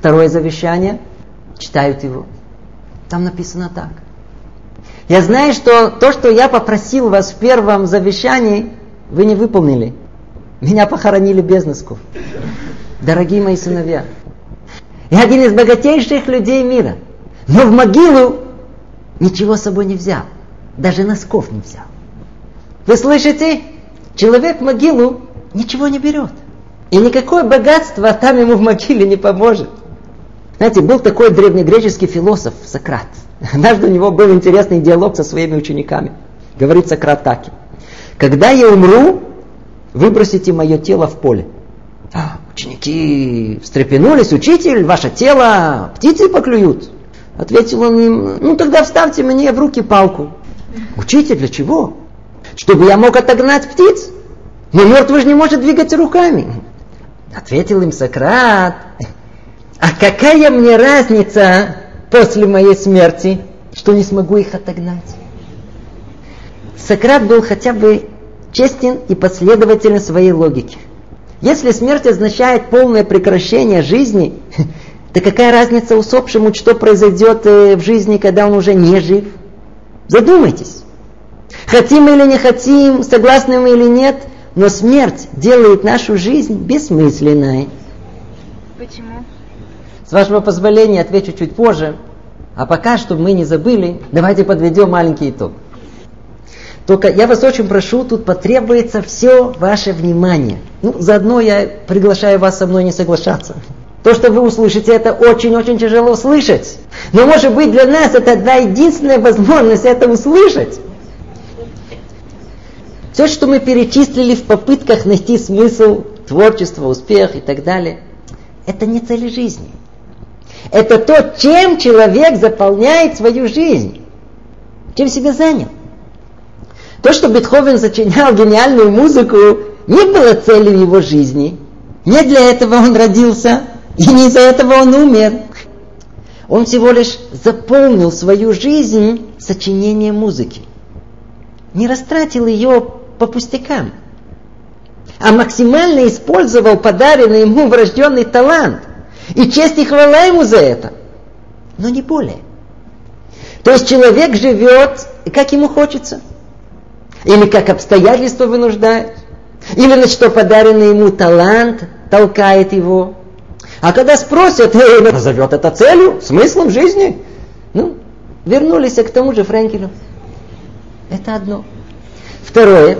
второе завещание, читают его. Там написано так. Я знаю, что то, что я попросил вас в первом завещании, вы не выполнили. Меня похоронили без носков. Дорогие мои сыновья, я один из богатейших людей мира, но в могилу ничего с собой не взял. Даже носков не взял. Вы слышите? Человек в могилу ничего не берет. И никакое богатство там ему в могиле не поможет. Знаете, был такой древнегреческий философ Сократ. Однажды у него был интересный диалог со своими учениками. Говорит Сократ так: когда я умру, выбросите мое тело в поле. Ученики встрепенулись: учитель, ваше тело птицы поклюют. Ответил он им: тогда вставьте мне в руки палку. Учитель, для чего? Чтобы я мог отогнать птиц. Но мертвый же не может двигать руками. Ответил им Сократ: а какая мне разница после моей смерти, что не смогу их отогнать? Сократ был хотя бы честен и последователен в своей логике. Если смерть означает полное прекращение жизни, то какая разница усопшему, что произойдет в жизни, когда он уже не жив? Задумайтесь. Хотим или не хотим, согласны мы или нет, но смерть делает нашу жизнь бессмысленной. Почему? С вашего позволения отвечу чуть позже. А пока, чтобы мы не забыли, давайте подведем маленький итог. Только я вас очень прошу, тут потребуется все ваше внимание. Заодно я приглашаю вас со мной не соглашаться. То, что вы услышите, это очень-очень тяжело слышать. Но, может быть, для нас это одна единственная возможность это услышать. Все, что мы перечислили в попытках найти смысл, творчество, успех и так далее, это не цель жизни. Это то, чем человек заполняет свою жизнь. Чем себя занял. То, что Бетховен сочинял гениальную музыку, не было целью его жизни. Не для этого он родился, и не из-за этого он умер. Он всего лишь заполнил свою жизнь сочинением музыки. Не растратил ее по пустякам, а максимально использовал подаренный ему врожденный талант. И честь и хвала ему за это. Но не более. То есть человек живет, как ему хочется. Или как обстоятельства вынуждают. Или на что подаренный ему талант толкает его. А когда спросят, назовет это целью, смыслом жизни. Вернулись к тому же Френкелю. Это одно. Второе.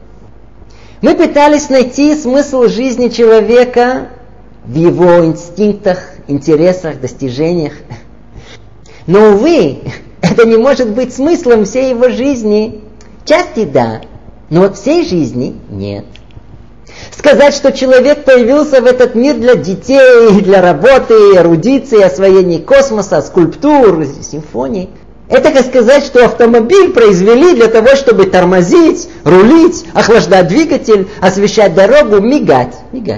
Мы пытались найти смысл жизни человека в его инстинктах, интересах, достижениях. Но, увы, это не может быть смыслом всей его жизни. Части да, но вот всей жизни нет. Сказать, что человек появился в этот мир для детей, для работы, эрудиции, освоения космоса, скульптур, симфоний, это как сказать, что автомобиль произвели для того, чтобы тормозить, рулить, охлаждать двигатель, освещать дорогу, мигать.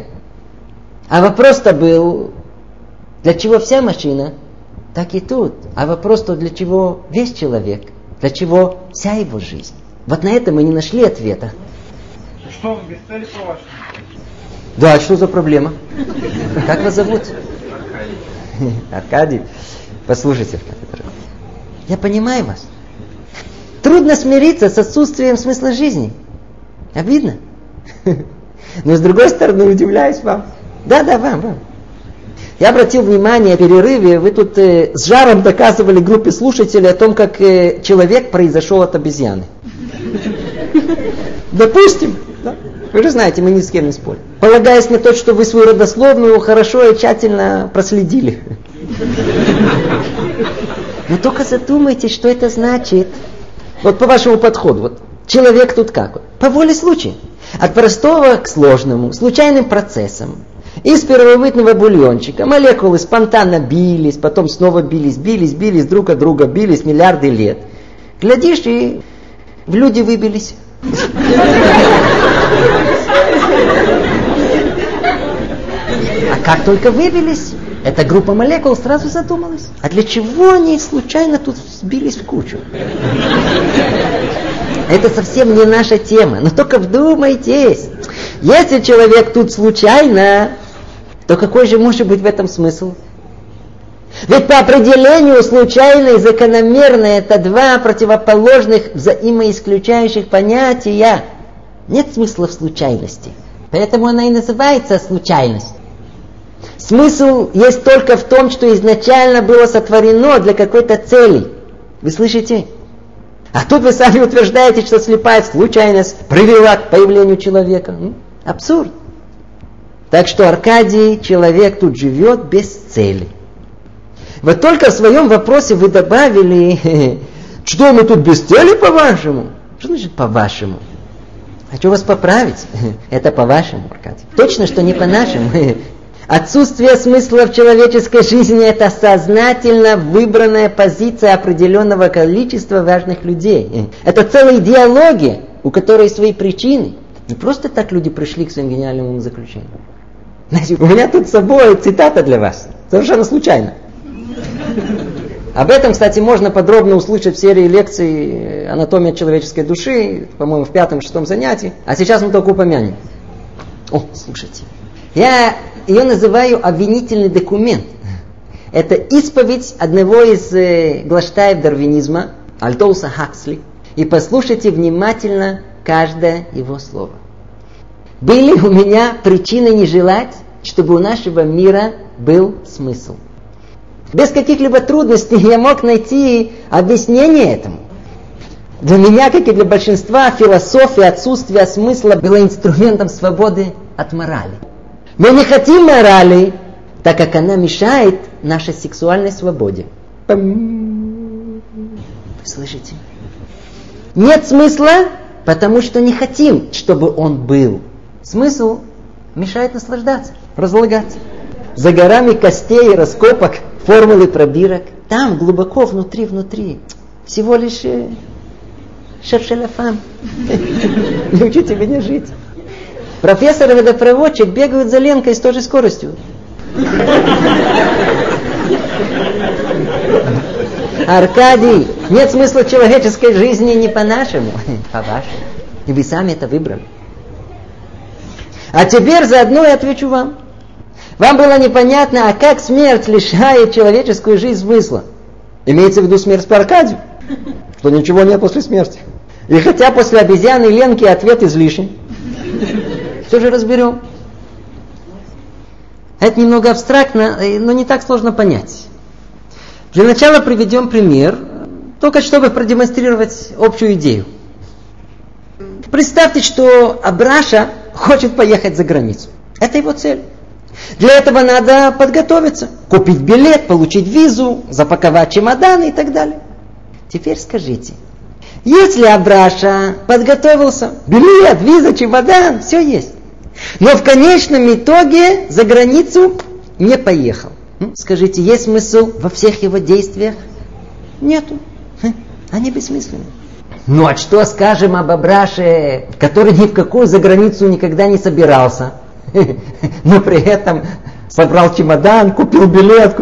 А вопрос-то был, для чего вся машина? Так и тут. А вопрос-то, для чего весь человек? Для чего вся его жизнь? Вот на это мы не нашли ответа. Что, без цели по-вашему? Да, что за проблема? Как вас зовут? Аркадий. Послушайте, я понимаю вас. Трудно смириться с отсутствием смысла жизни. Обидно. Но с другой стороны, удивляюсь вам. Да, вам. Я обратил внимание в перерыве, вы тут с жаром доказывали группе слушателей о том, как человек произошел от обезьяны. Допустим. Да? Вы же знаете, мы ни с кем не спорим. Полагаясь на то, что вы свою родословную хорошо и тщательно проследили. Но только задумайтесь, что это значит. Вот по вашему подходу. Вот человек тут как? По воле случая. От простого к сложному, случайным процессам. Из первобытного бульончика молекулы спонтанно бились, потом снова бились друг от друга, бились миллиарды лет. Глядишь, и в люди выбились. А как только выбились, эта группа молекул сразу задумалась. А для чего они случайно тут сбились в кучу? Это совсем не наша тема. Но только вдумайтесь. Если человек тут случайно, то какой же может быть в этом смысл? Ведь по определению случайно и закономерно это два противоположных взаимоисключающих понятия. Нет смысла в случайности. Поэтому она и называется случайность. Смысл есть только в том, что изначально было сотворено для какой-то цели. Вы слышите? А тут вы сами утверждаете, что слепая случайность привела к появлению человека. Абсурд. Так что Аркадий, человек тут живет без цели. Вот только в своем вопросе вы добавили, что мы тут без цели, по-вашему? Что значит по-вашему? Хочу вас поправить. Это по-вашему, Аркадий. Точно, что не по-нашему. Отсутствие смысла в человеческой жизни – это сознательно выбранная позиция определенного количества важных людей. Это целые диалоги, у которой свои причины. Не просто так люди пришли к своим гениальным умозаключениям. Знаете, у меня тут с собой цитата для вас. Совершенно случайно. Об этом, кстати, можно подробно услышать в серии лекций «Анатомия человеческой души», по-моему, в 5-6 занятии. А сейчас мы только упомянем. О, слушайте. Я ее называю обвинительный документ. Это исповедь одного из глашатаев дарвинизма, Альтоуса Хаксли. И послушайте внимательно каждое его слово. Были у меня причины не желать, чтобы у нашего мира был смысл. Без каких-либо трудностей я мог найти объяснение этому. Для меня, как и для большинства, философия отсутствия смысла была инструментом свободы от морали. Мы не хотим морали, так как она мешает нашей сексуальной свободе. Вы слышите? Нет смысла, потому что не хотим, чтобы он был. Смысл мешает наслаждаться, разлагаться. За горами костей и раскопок, формулы пробирок, там глубоко внутри, всего лишь шершеляфам. Не учите меня жить. Профессор и водопроводчик бегают за Ленкой с той же скоростью. Аркадий, нет смысла человеческой жизни не по-нашему, по-вашему. И вы сами это выбрали. А теперь заодно и отвечу вам. Вам было непонятно, а как смерть лишает человеческую жизнь смысла? Имеется в виду смерть по Аркадию, что ничего нет после смерти. И хотя после обезьяны Ленки ответ излишний, все же разберем. Это немного абстрактно, но не так сложно понять. Для начала приведем пример, только чтобы продемонстрировать общую идею. Представьте, что Абраша хочет поехать за границу. Это его цель. Для этого надо подготовиться, купить билет, получить визу, запаковать чемоданы и так далее. Теперь скажите, если Абраша подготовился, билет, виза, чемодан, все есть, но в конечном итоге за границу не поехал. Скажите, есть смысл во всех его действиях? Нету. Они бессмысленны. Ну а что скажем об Абраше, который ни в какую заграницу никогда не собирался, но при этом собрал чемодан, купил билет?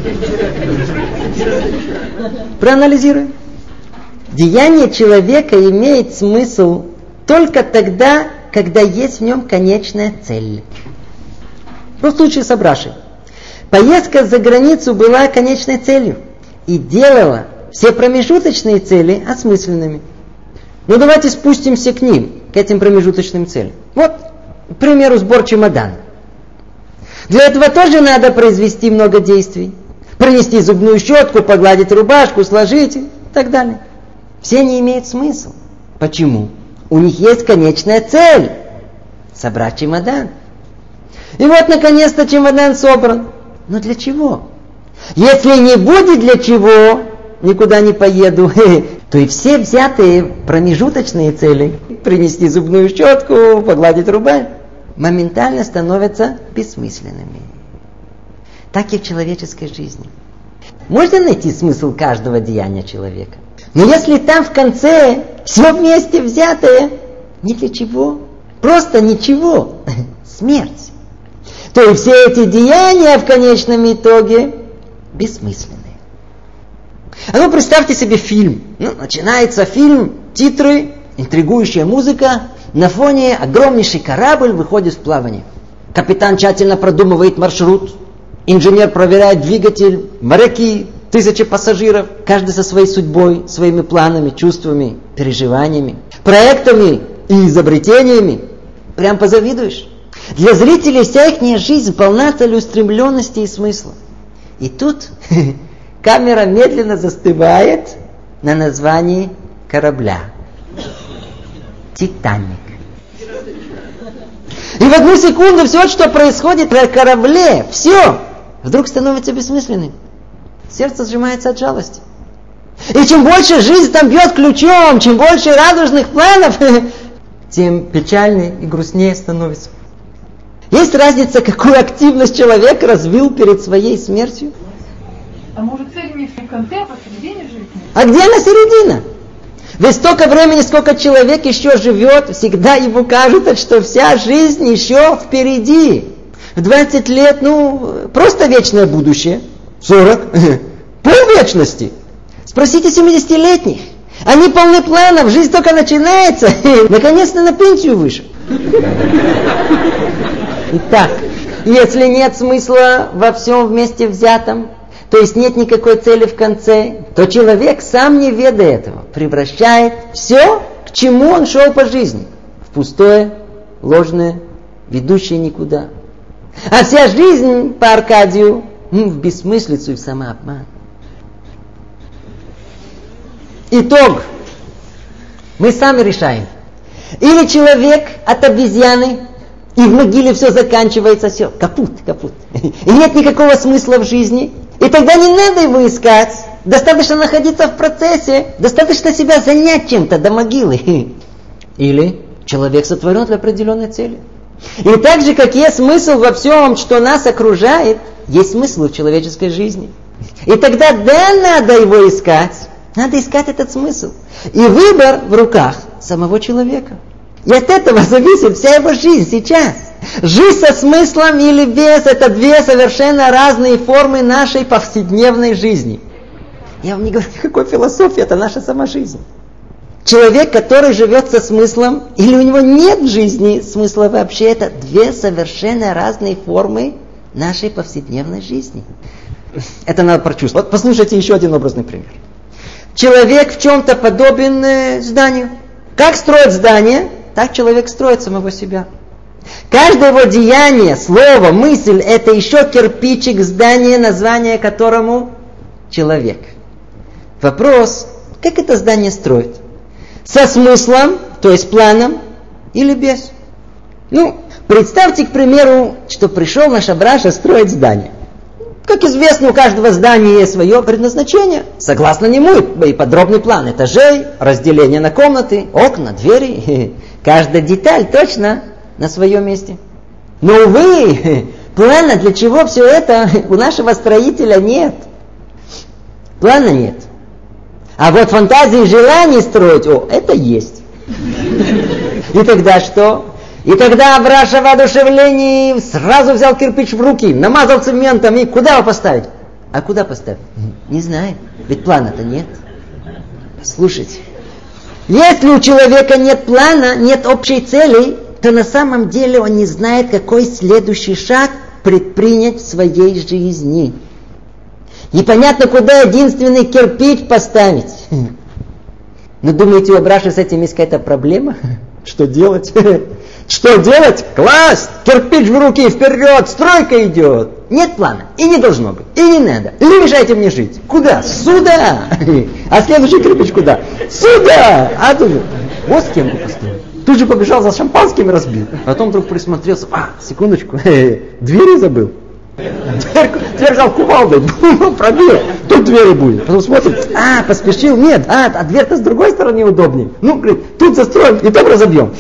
Проанализируем. Деяние человека имеет смысл только тогда, когда есть в нем конечная цель. В случае с Абрашей. Поездка за границу была конечной целью и делала все промежуточные цели осмысленными. Ну давайте спустимся к ним, к этим промежуточным целям. Вот, к примеру, сбор чемодана. Для этого тоже надо произвести много действий. Принести зубную щетку, погладить рубашку, сложить и так далее. Все они имеют смысл. Почему? У них есть конечная цель – собрать чемодан. И вот, наконец-то, чемодан собран. Но для чего? Если не будет для чего, никуда не поеду, то и все взятые промежуточные цели – принести зубную щетку, погладить рубашку – моментально становятся бессмысленными. Так и в человеческой жизни. Можно найти смысл каждого деяния человека. Но если там в конце все вместе взятое, ни для чего, просто ничего, смерть, то и все эти деяния в конечном итоге бессмысленные. А ну представьте себе фильм. Начинается фильм, титры, интригующая музыка, на фоне огромнейший корабль выходит в плавание. Капитан тщательно продумывает маршрут, Инженер проверяет двигатель, моряки, 1000 пассажиров, каждый со своей судьбой, своими планами, чувствами, переживаниями, проектами и изобретениями. Прям позавидуешь. Для зрителей вся их жизнь полна целеустремленности и смысла. И тут камера медленно застывает на названии корабля. «Титаник». И в одну секунду все, что происходит на корабле, все вдруг становится бессмысленным. Сердце сжимается от жалости. И чем больше жизнь там бьет ключом, чем больше радужных планов, тем печальнее и грустнее становится. Есть разница, какую активность человек развил перед своей смертью? А может, цель не в конце, а посередине жизни? А где она середина? Ведь столько времени, сколько человек еще живет, всегда ему кажется, что вся жизнь еще впереди. В 20 лет, просто вечное будущее. 40, полвечности. Спросите 70-летних. Они полны планов, жизнь только начинается, и наконец-то на пенсию вышел. Итак, если нет смысла во всем вместе взятом, то есть нет никакой цели в конце, то человек, сам не ведая этого, превращает все, к чему он шел по жизни, в пустое, ложное, ведущее никуда. А вся жизнь по Аркадию в бессмыслицу и в самообман. Итог. Мы сами решаем. Или человек от обезьяны, и в могиле все заканчивается, все, капут. И нет никакого смысла в жизни. И тогда не надо его искать. Достаточно находиться в процессе. Достаточно себя занять чем-то до могилы. Или человек сотворен для определенной цели. И так же, как есть смысл во всем, что нас окружает, есть смысл в человеческой жизни. И тогда, надо его искать. Надо искать этот смысл. И выбор в руках самого человека. И от этого зависит вся его жизнь сейчас. Жизнь со смыслом или без – это две совершенно разные формы нашей повседневной жизни. Я вам не говорю никакой философии, это наша сама жизнь. Человек, который живет со смыслом, или у него нет в жизни смысла вообще, это две совершенно разные формы нашей повседневной жизни. Это надо прочувствовать. Вот послушайте еще один образный пример. Человек в чем-то подобен зданию. Как строить здание, так человек строит самого себя. Каждое его деяние, слово, мысль – это еще кирпичик здания, название которому человек. Вопрос, как это здание строить? Со смыслом, то есть планом, или без? Представьте, к примеру, что пришел наш Абраша строить здание. Как известно, у каждого здания есть свое предназначение. Согласно нему и подробный план этажей, разделение на комнаты, окна, двери. Каждая деталь точно на своем месте. Но, увы, плана, для чего все это, у нашего строителя нет. Плана нет. А вот фантазии и желаний строить, это есть. И тогда что? И тогда Абраша в воодушевлении сразу взял кирпич в руки, намазал цементом и куда его поставить? А куда поставить? Не знаю, ведь плана-то нет. Слушайте, если у человека нет плана, нет общей цели, то на самом деле он не знает, какой следующий шаг предпринять в своей жизни. Непонятно, куда единственный кирпич поставить. Но думаете, у Абраши с этим есть какая-то проблема? Что делать? Что делать? Класть! Кирпич в руки, вперед! Стройка идет! Нет плана. И не должно быть. И не надо. И не мешайте мне жить. Куда? Сюда! А следующий кирпич куда? Сюда! А тут же. Вот стенку построил. Тут же побежал за шампанским и разбил. Потом вдруг присмотрелся. Секундочку. Двери забыл. Дверь взял кувалдой, пробил, тут двери будет. Потом смотрит, поспешил, нет, а дверь-то с другой стороны удобнее. Говорит, тут застроим и там разобьем.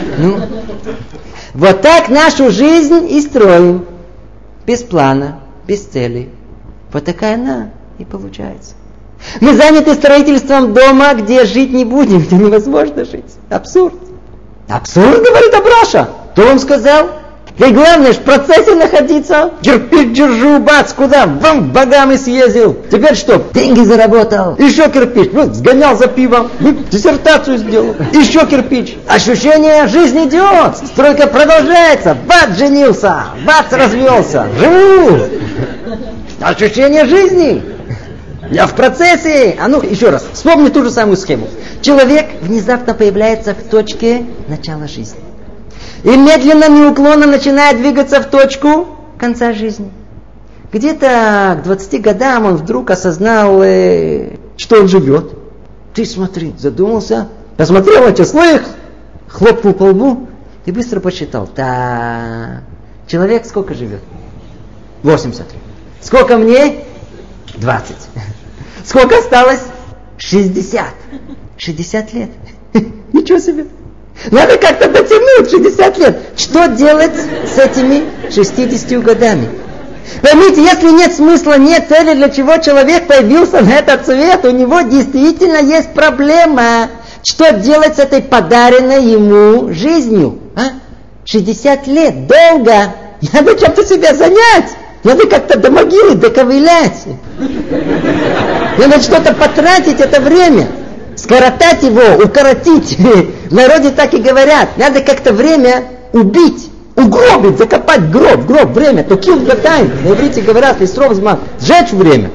Вот так нашу жизнь и строим. Без плана, без цели. Вот такая она и получается. Мы заняты строительством дома, где жить не будем, где невозможно жить. Абсурд. Абсурд, говорит Абраша. Кто вам сказал? И главное, в процессе находиться. Кирпич держу, бац, куда? Вам богам и съездил. Теперь что? Деньги заработал. Еще кирпич. Вот, сгонял за пивом. Диссертацию сделал. Еще кирпич. Ощущение жизни идет. Стройка продолжается. Бац, женился. Бац, развелся. Живу. Ощущение жизни. Я в процессе. А ну, еще раз. Вспомни ту же самую схему. Человек внезапно появляется в точке начала жизни. И медленно, неуклонно начинает двигаться в точку конца жизни. Где-то к 20 годам он вдруг осознал, что он живет. Ты смотри, задумался, посмотрел на число их, хлопнул по лбу и быстро посчитал. Человек сколько живет? 80 лет. Сколько мне? 20. Сколько осталось? 60. 60 лет. Ничего себе. Надо как-то дотянуть 60 лет. Что делать с этими 60 годами? Поймите, если нет смысла, нет цели, для чего человек появился на этот свет, у него действительно есть проблема. Что делать с этой подаренной ему жизнью? 60 лет, долго. Надо чем-то себя занять. Надо как-то до могилы доковылять. Надо что-то потратить это время. Скоротать его, укоротить. В народе так и говорят. Надо как-то время убить, угробить, закопать гроб, время. То kill the time. На иврите говорят, сжечь время.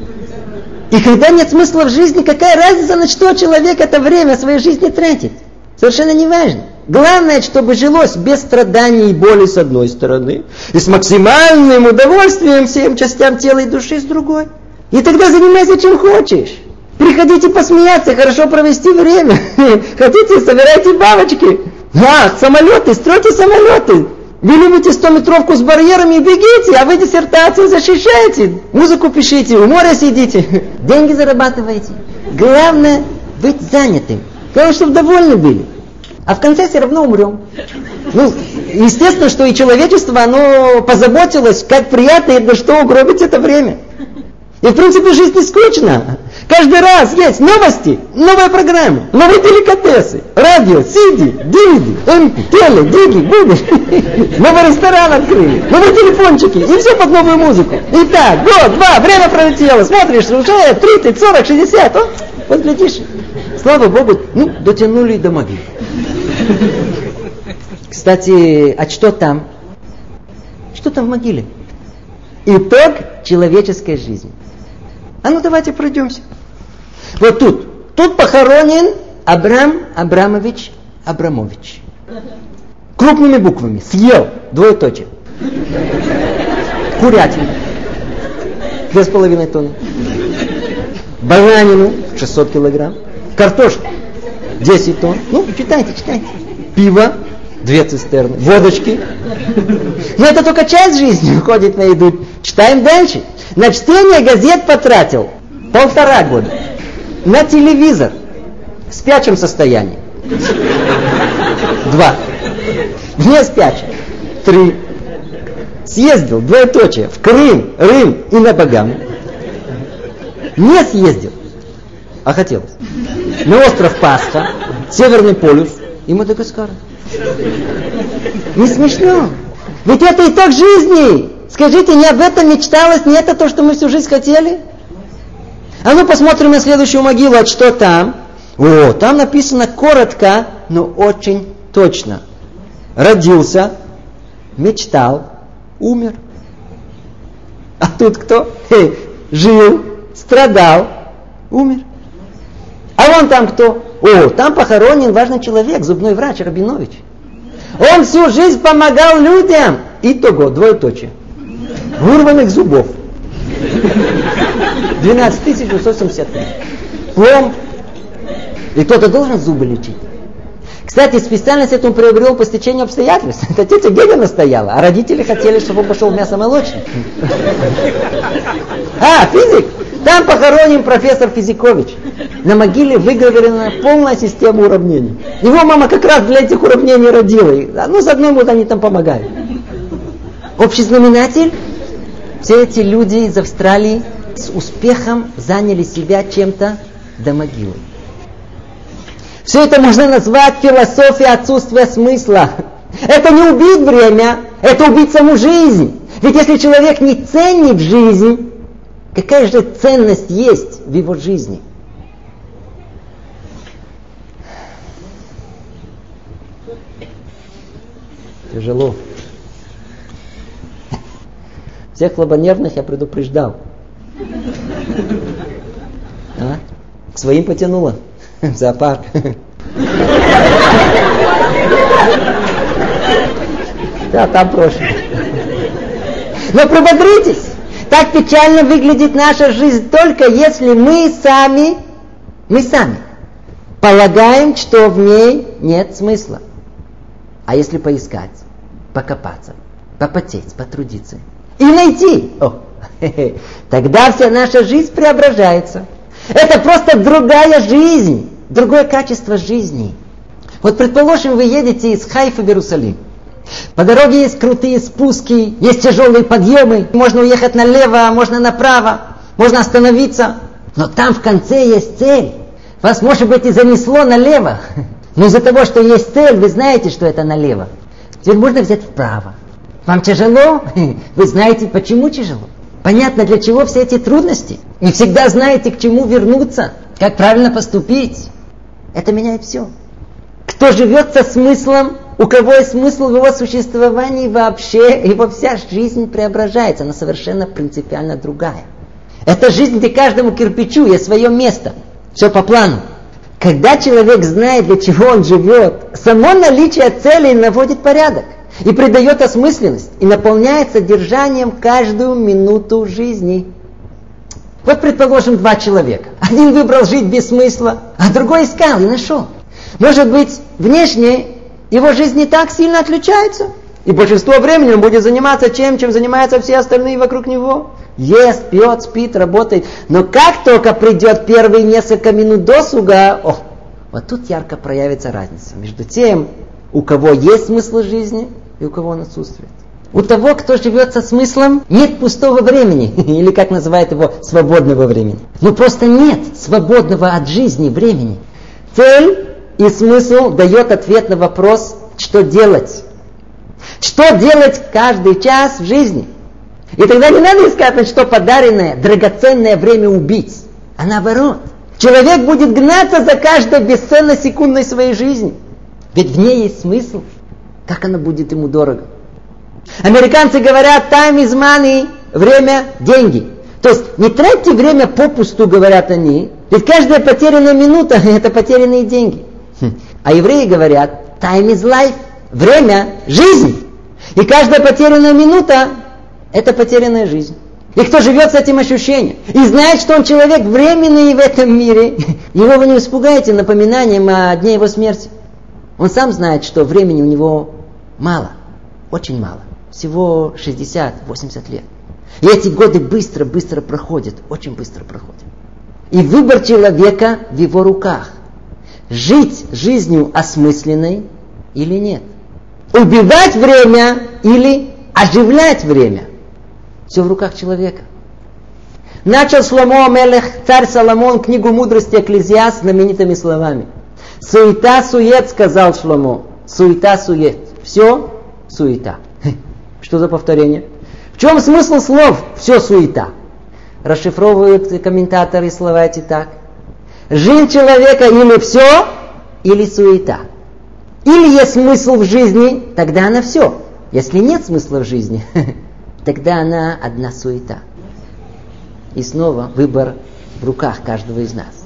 И когда нет смысла в жизни, какая разница, на что человек это время своей жизни тратит? Совершенно не важно. Главное, чтобы жилось без страданий и боли с одной стороны, и с максимальным удовольствием всем частям тела и души с другой. И тогда занимайся чем хочешь. Приходите посмеяться, хорошо провести время. Хотите, собирайте бабочки. Самолеты, стройте самолеты. Вы любите 100-метровку с барьерами и бегите, а вы диссертацию защищаете. Музыку пишите, у моря сидите. Деньги зарабатываете. Главное быть занятым. Главное, чтобы довольны были. А в конце все равно умрем. Естественно, что и человечество, оно позаботилось, как приятно и на что угробить это время. И в принципе жизнь не скучна. Каждый раз есть новости, новая программа, новые деликатесы, радио, CD, DVD, теле, диги, гугл. Новый ресторан открыли, новые телефончики, и все под новую музыку. И так, год, два, время пролетело, смотришь, уже 30, 40, 60, вот глядишь. Слава Богу, дотянули до могилы. Кстати, а что там? Что там в могиле? Итог человеческой жизни. А ну давайте пройдемся. Вот тут. Тут похоронен Абрам Абрамович Абрамович. Крупными буквами. Съел. Двоеточие. Курятину. 2,5 тонны. Баранину 600 килограмм. Картошку 10 тонн. Читайте. Пиво 2 цистерны. Водочки. Но это только часть жизни уходит на еду. Читаем дальше. На чтение газет потратил 1,5 года. На телевизор в спячем состоянии 2. Вне спячем 3. Съездил, двоеточие, в Крым, Рим и на Багамы. Не съездил, а хотелось. На остров Пасха, Северный полюс и Мадагаскар. Не смешно? Ведь это итог жизни. Скажите, не об этом мечталось, не это то, что мы всю жизнь хотели? А ну посмотрим на следующую могилу, а что там? Там написано коротко, но очень точно. Родился, мечтал, умер. А тут кто? Жил, страдал, умер. А вон там кто? Там похоронен важный человек, зубной врач Рабинович. Он всю жизнь помогал людям. Итого, двоеточие. Вырванных зубов. 12 973. Пломб. И кто-то должен зубы лечить. Кстати, специальность эту он приобрел по стечению обстоятельств. Это тетя Геля настояла, а родители хотели, чтобы он пошел в мясомолочник. Физик. Там похоронен профессор Физикович. На могиле выговорена полная система уравнений. Его мама как раз для этих уравнений родила. Заодно вот они там помогают. Общий знаменатель. Все эти люди из Австралии с успехом заняли себя чем-то до могилы. Все это можно назвать философией отсутствия смысла. Это не убить время, Это убить саму жизнь. Ведь если человек не ценит жизнь, какая же ценность есть в его жизни? Тяжело. Всех слабонервных я предупреждал. А? К своим потянуло. В зоопарк. Да, там проще. Но прибодритесь. Так печально выглядит наша жизнь только если мы сами полагаем, что в ней нет смысла. А если поискать, покопаться, попотеть, потрудиться и найти, тогда вся наша жизнь преображается. Это просто другая жизнь, другое качество жизни. Вот предположим, вы едете из Хайфа в Иерусалим. По дороге есть крутые спуски, есть тяжелые подъемы, можно уехать налево, можно направо, можно остановиться. Но там в конце есть цель. Вас, может быть, и занесло налево. Но из-за того, что есть цель, вы знаете, что это налево. Теперь можно взять вправо. Вам тяжело? Вы знаете, почему тяжело. Понятно, для чего все эти трудности. И всегда знаете, к чему вернуться, как правильно поступить. Это меняет все. Кто живет со смыслом, у кого есть смысл в его существовании вообще, его вся жизнь преображается, она совершенно принципиально другая. Это жизнь, где каждому кирпичу есть свое место. Все по плану. Когда человек знает, для чего он живет, само наличие целей наводит порядок и придает осмысленность, и наполняет содержанием каждую минуту жизни. Вот, предположим, два человека. Один выбрал жить без смысла, а другой искал и нашел. Может быть, внешне его жизнь не так сильно отличается, и большинство времени он будет заниматься чем занимаются все остальные вокруг него. Ест, пьет, спит, работает. Но как только придет первые несколько минут досуга, вот тут ярко проявится разница между тем, у кого есть смысл жизни, и у кого он отсутствует. У того, кто живет со смыслом, нет пустого времени, или как называют его, свободного времени. Ну просто нет свободного от жизни времени. Цель и смысл дает ответ на вопрос, что делать. Что делать каждый час в жизни. И тогда не надо искать, на что подаренное, драгоценное время убить. А наоборот. Человек будет гнаться за каждой бесценной секундой своей жизни. Ведь в ней есть смысл. Как она будет ему дорого. Американцы говорят, time is money, время – деньги. То есть не тратьте время попусту, говорят они. Ведь каждая потерянная минута – это потерянные деньги. А евреи говорят, time is life, время – жизнь. И каждая потерянная минута – это потерянная жизнь. И кто живет с этим ощущением и знает, что он человек временный в этом мире, его вы не испугаете напоминанием о дне его смерти. Он сам знает, что времени у него мало, очень мало. Всего 60-80 лет. И эти годы быстро проходят, очень быстро проходят. И выбор человека в его руках. Жить жизнью осмысленной или нет. Убивать время или оживлять время. Все в руках человека. Начал Шломо Амелех, царь Соломон, книгу мудрости Экклезиаст знаменитыми словами. Суета-сует, сказал Шломо. Суета-сует. Все суета. Что за повторение? В чем смысл слов «все суета»? Расшифровывают комментаторы слова эти так. Жизнь человека или все, или суета. Или есть смысл в жизни, тогда она все. Если нет смысла в жизни, тогда она одна суета. И снова выбор в руках каждого из нас.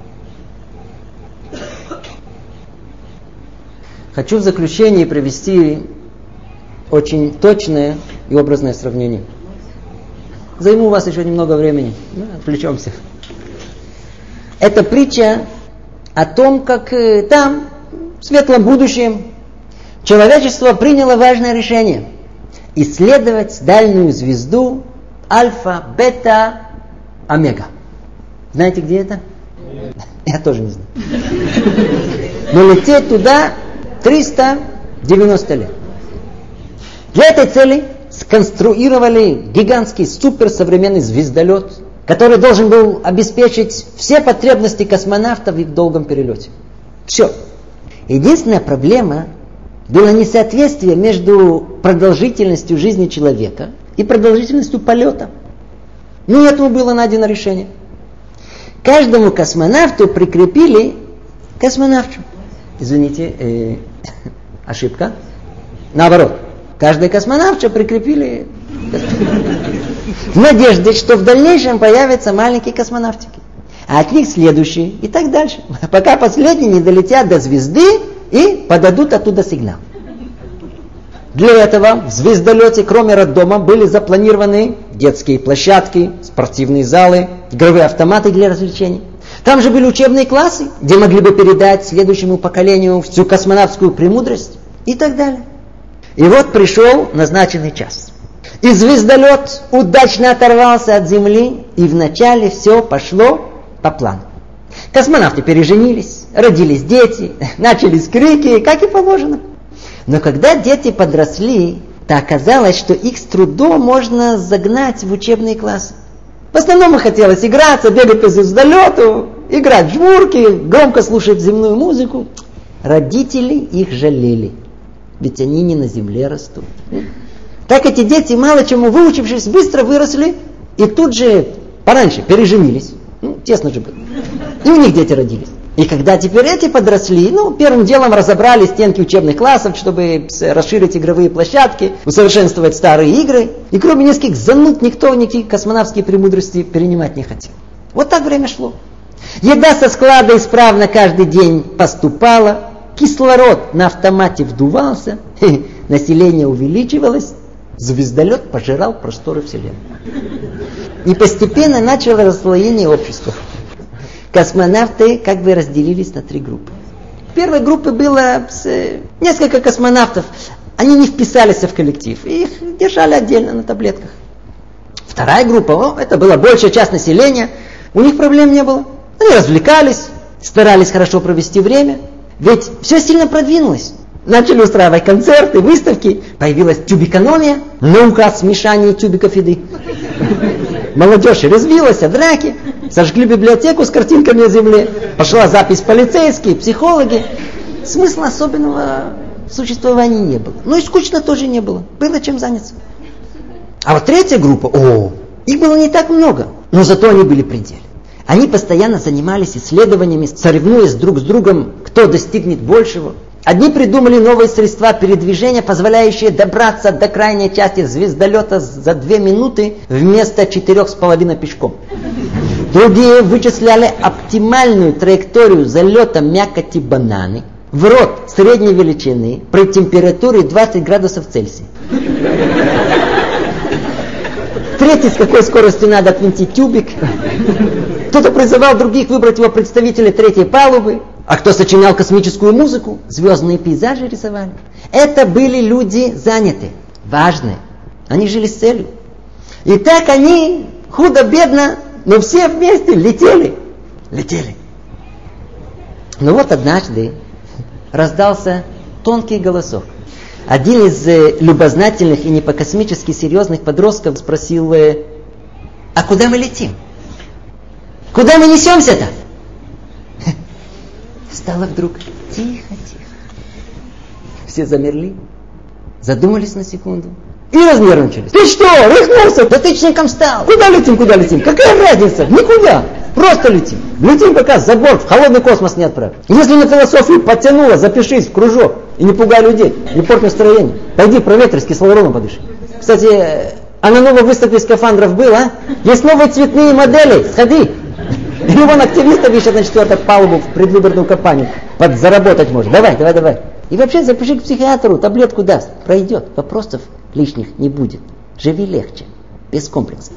Хочу в заключении привести очень точное и образное сравнение. Займу у вас еще немного времени. Отвлечемся. Это притча о том, как там, в светлом будущем, человечество приняло важное решение. Исследовать дальнюю звезду Альфа, Бета, Омега. Знаете, где это? Я тоже не знаю. Но лететь туда 390 лет. Для этой цели сконструировали гигантский суперсовременный звездолет, который должен был обеспечить все потребности космонавтов в их долгом перелете. Все. Единственная проблема, было несоответствие между продолжительностью жизни человека и продолжительностью полета. Ну, этому было найдено решение. Каждому космонавту прикрепили космонавту. Извините, ошибка. Наоборот. Каждой космонавту прикрепили в надежде, что в дальнейшем появятся маленькие космонавтики. А от них следующие и так дальше. Пока последние не долетят до звезды и подадут оттуда сигнал. Для этого в звездолете, кроме роддома, были запланированы детские площадки, спортивные залы, игровые автоматы для развлечений. Там же были учебные классы, где могли бы передать следующему поколению всю космонавтскую премудрость и так далее. И вот пришел назначенный час. И звездолет удачно оторвался от Земли, и вначале все пошло по плану. Космонавты переженились, родились дети, начались крики, как и положено. Но когда дети подросли, то оказалось, что их с трудом можно загнать в учебные классы. В основном им хотелось играться, бегать по звездолету, играть в жмурки, громко слушать земную музыку. Родители их жалели, ведь они не на земле растут. Так эти дети, мало чему выучившись, быстро выросли и тут же пораньше переженились. Тесно же было. И у них дети родились. И когда теперь эти подросли, первым делом разобрали стенки учебных классов, чтобы расширить игровые площадки, усовершенствовать старые игры. И кроме нескольких зануд никто никакие космонавтские премудрости перенимать не хотел. Вот так время шло. Еда со склада исправно каждый день поступала, кислород на автомате вдувался, население увеличивалось, звездолет пожирал просторы Вселенной. И постепенно начало расслоение общества. Космонавты как бы разделились на 3 группы. В первой группе было несколько космонавтов. Они не вписались в коллектив. Их держали отдельно на таблетках. Вторая группа, это была большая часть населения. У них проблем не было. Они развлекались, старались хорошо провести время. Ведь все сильно продвинулось. Начали устраивать концерты, выставки. Появилась тюбикономия, наука о смешании тюбиков еды. Молодежь развилась, драки. Сожгли библиотеку с картинками о Земле. Пошла запись полицейские, психологи. Смысла особенного в существовании не было. Но и скучно тоже не было. Было чем заняться. А вот третья группа, их было не так много. Но зато они были при деле. Они постоянно занимались исследованиями, соревнуясь друг с другом, кто достигнет большего. Одни придумали новые средства передвижения, позволяющие добраться до крайней части звездолета за 2 минуты вместо 4,5 пешком. Другие вычисляли оптимальную траекторию залета мякоти бананы в рот средней величины при температуре 20 градусов Цельсия. Третий, с какой скоростью надо отвинтить тюбик. Кто-то призывал других выбрать его представителей третьей палубы. А кто сочинял космическую музыку, звездные пейзажи рисовали. Это были люди занятые, важные. Они жили с целью. И так они худо-бедно, но все вместе летели. Но вот однажды раздался тонкий голосок. Один из любознательных и не по-космически серьезных подростков спросил: а куда мы летим? Куда мы несемся-то? Стало вдруг тихо. Все замерли, задумались на секунду и разнервничались. Ты что, рехнулся? Птичником стал. Куда летим? Какая разница? Никуда. Просто летим. Летим, пока за борт в холодный космос не отправят. Если на философию подтянуло, запишись в кружок и не пугай людей, не порт настроение. Пойди проветрись, кислородом подыши. Кстати, а на новой выставке скафандров был, а? Есть новые цветные модели, сходи. Или вон активистов ищут на 4-ю палубу в предвыборную кампанию. Подзаработать может. Давай. И вообще запиши к психиатру, таблетку даст. Пройдет, вопросов лишних не будет. Живи легче, без комплексов.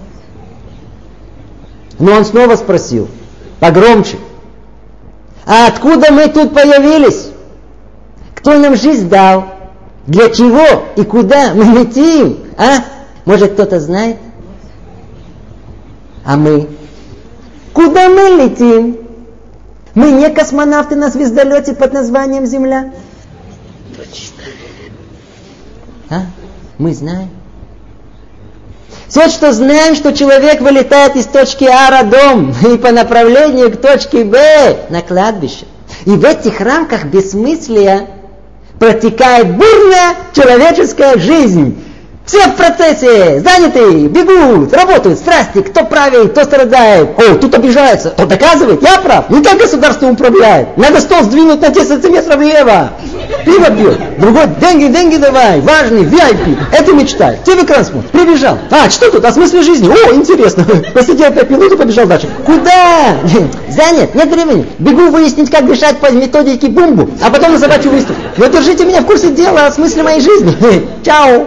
Но он снова спросил, погромче: а откуда мы тут появились? Кто нам жизнь дал? Для чего и куда мы летим? А? Может, кто-то знает? А мы? Куда мы летим? Мы не космонавты на звездолете под названием Земля. А? Мы знаем. Все, что знаем, что человек вылетает из точки А родом и по направлению к точке Б на кладбище. И в этих рамках бессмыслия протекает бурная человеческая жизнь. Все в процессе, заняты, бегут, работают, страсти, кто правит, кто страдает. О, тут обижается, кто доказывает, я прав, не так государство управляет. Надо стол сдвинуть на 10 сантиметров влево. Пиво пьет, другой, деньги давай, важный, VIP. Это мечтай, телеэкран смотрит, прибежал. А, что тут, о смысле жизни? О, интересно. Посидел 5 минут и побежал дальше. Куда? Занят, нет времени. Бегу выяснить, как решать по методике бумбу, а потом на собачью выставку. Вы держите меня в курсе дела о смысле моей жизни. Чао.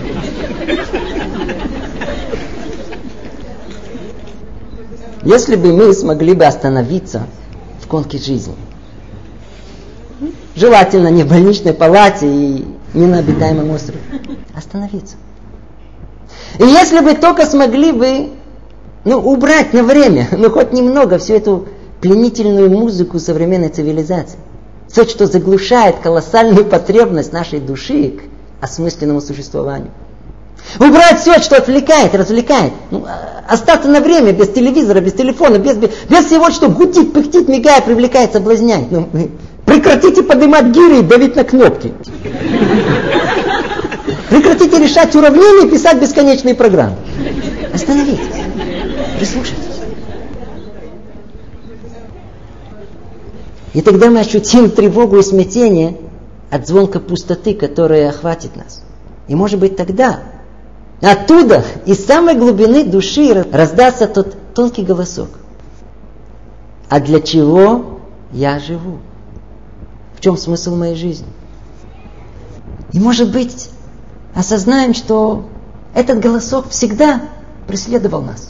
Если бы мы смогли бы остановиться в гонке жизни, желательно не в больничной палате и не на обитаемом острове, остановиться. И если бы только смогли бы, убрать на время, хоть немного всю эту пленительную музыку современной цивилизации, все, что заглушает колоссальную потребность нашей души к осмысленному существованию. Убрать все, что отвлекает, развлекает. Остаться на время без телевизора, без телефона, без всего, что гудит, пыхтит, мигает, привлекает, соблазняет. Прекратите поднимать гири и давить на кнопки. Прекратите решать уравнения и писать бесконечные программы. Остановитесь. Прислушайтесь. И тогда мы ощутим тревогу и смятение от звонка пустоты, которая охватит нас. И может быть тогда оттуда, из самой глубины души, раздастся тот тонкий голосок. А для чего я живу? В чем смысл моей жизни? И может быть, осознаем, что этот голосок всегда преследовал нас.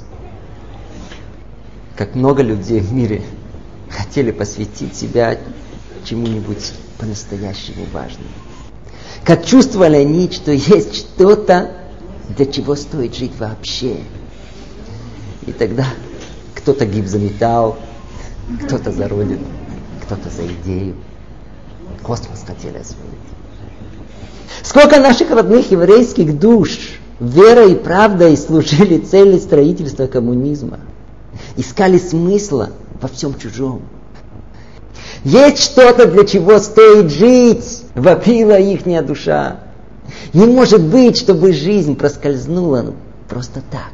Как много людей в мире хотели посвятить себя чему-нибудь по-настоящему важному. Как чувствовали они, что есть что-то, для чего стоит жить вообще. И тогда кто-то гиб за металл, кто-то за родину, кто-то за идею. Космос хотели освоить. Сколько наших родных еврейских душ верой и правдой служили цели строительства коммунизма. Искали смысла во всем чужом. Есть что-то, для чего стоит жить, вопила ихняя душа. Не может быть, чтобы жизнь проскользнула просто так.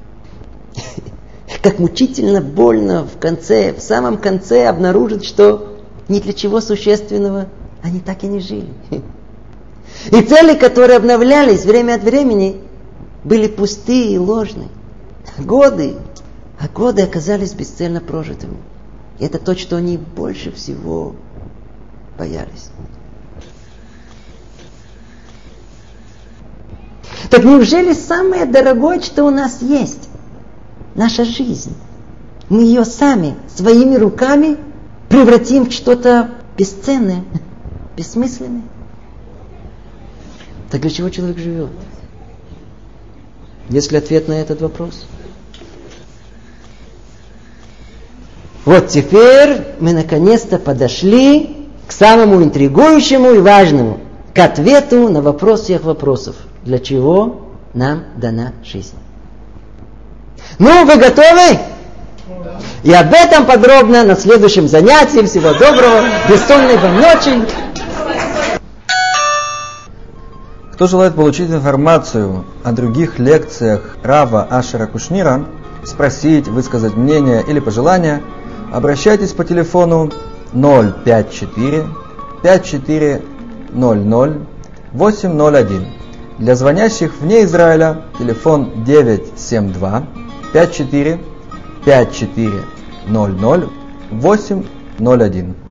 Как мучительно больно в самом конце обнаружить, что ни для чего существенного они так и не жили. И цели, которые обновлялись время от времени, были пустые и ложные. Годы оказались бесцельно прожитыми. И это то, что они больше всего боялись. Так неужели самое дорогое, что у нас есть, наша жизнь, мы ее сами, своими руками превратим в что-то бесценное, бессмысленное? Так для чего человек живет? Есть ли ответ на этот вопрос? Вот теперь мы наконец-то подошли к самому интригующему и важному, к ответу на вопрос всех вопросов. Для чего нам дана жизнь? Вы готовы? И об этом подробно на следующем занятии. Всего доброго, бессонной вам ночи. Кто желает получить информацию о других лекциях Рава Ашера Кушнира, спросить, высказать мнение или пожелания, обращайтесь по телефону 054 5400 801. Для звонящих вне Израиля телефон 972 54 5400 801.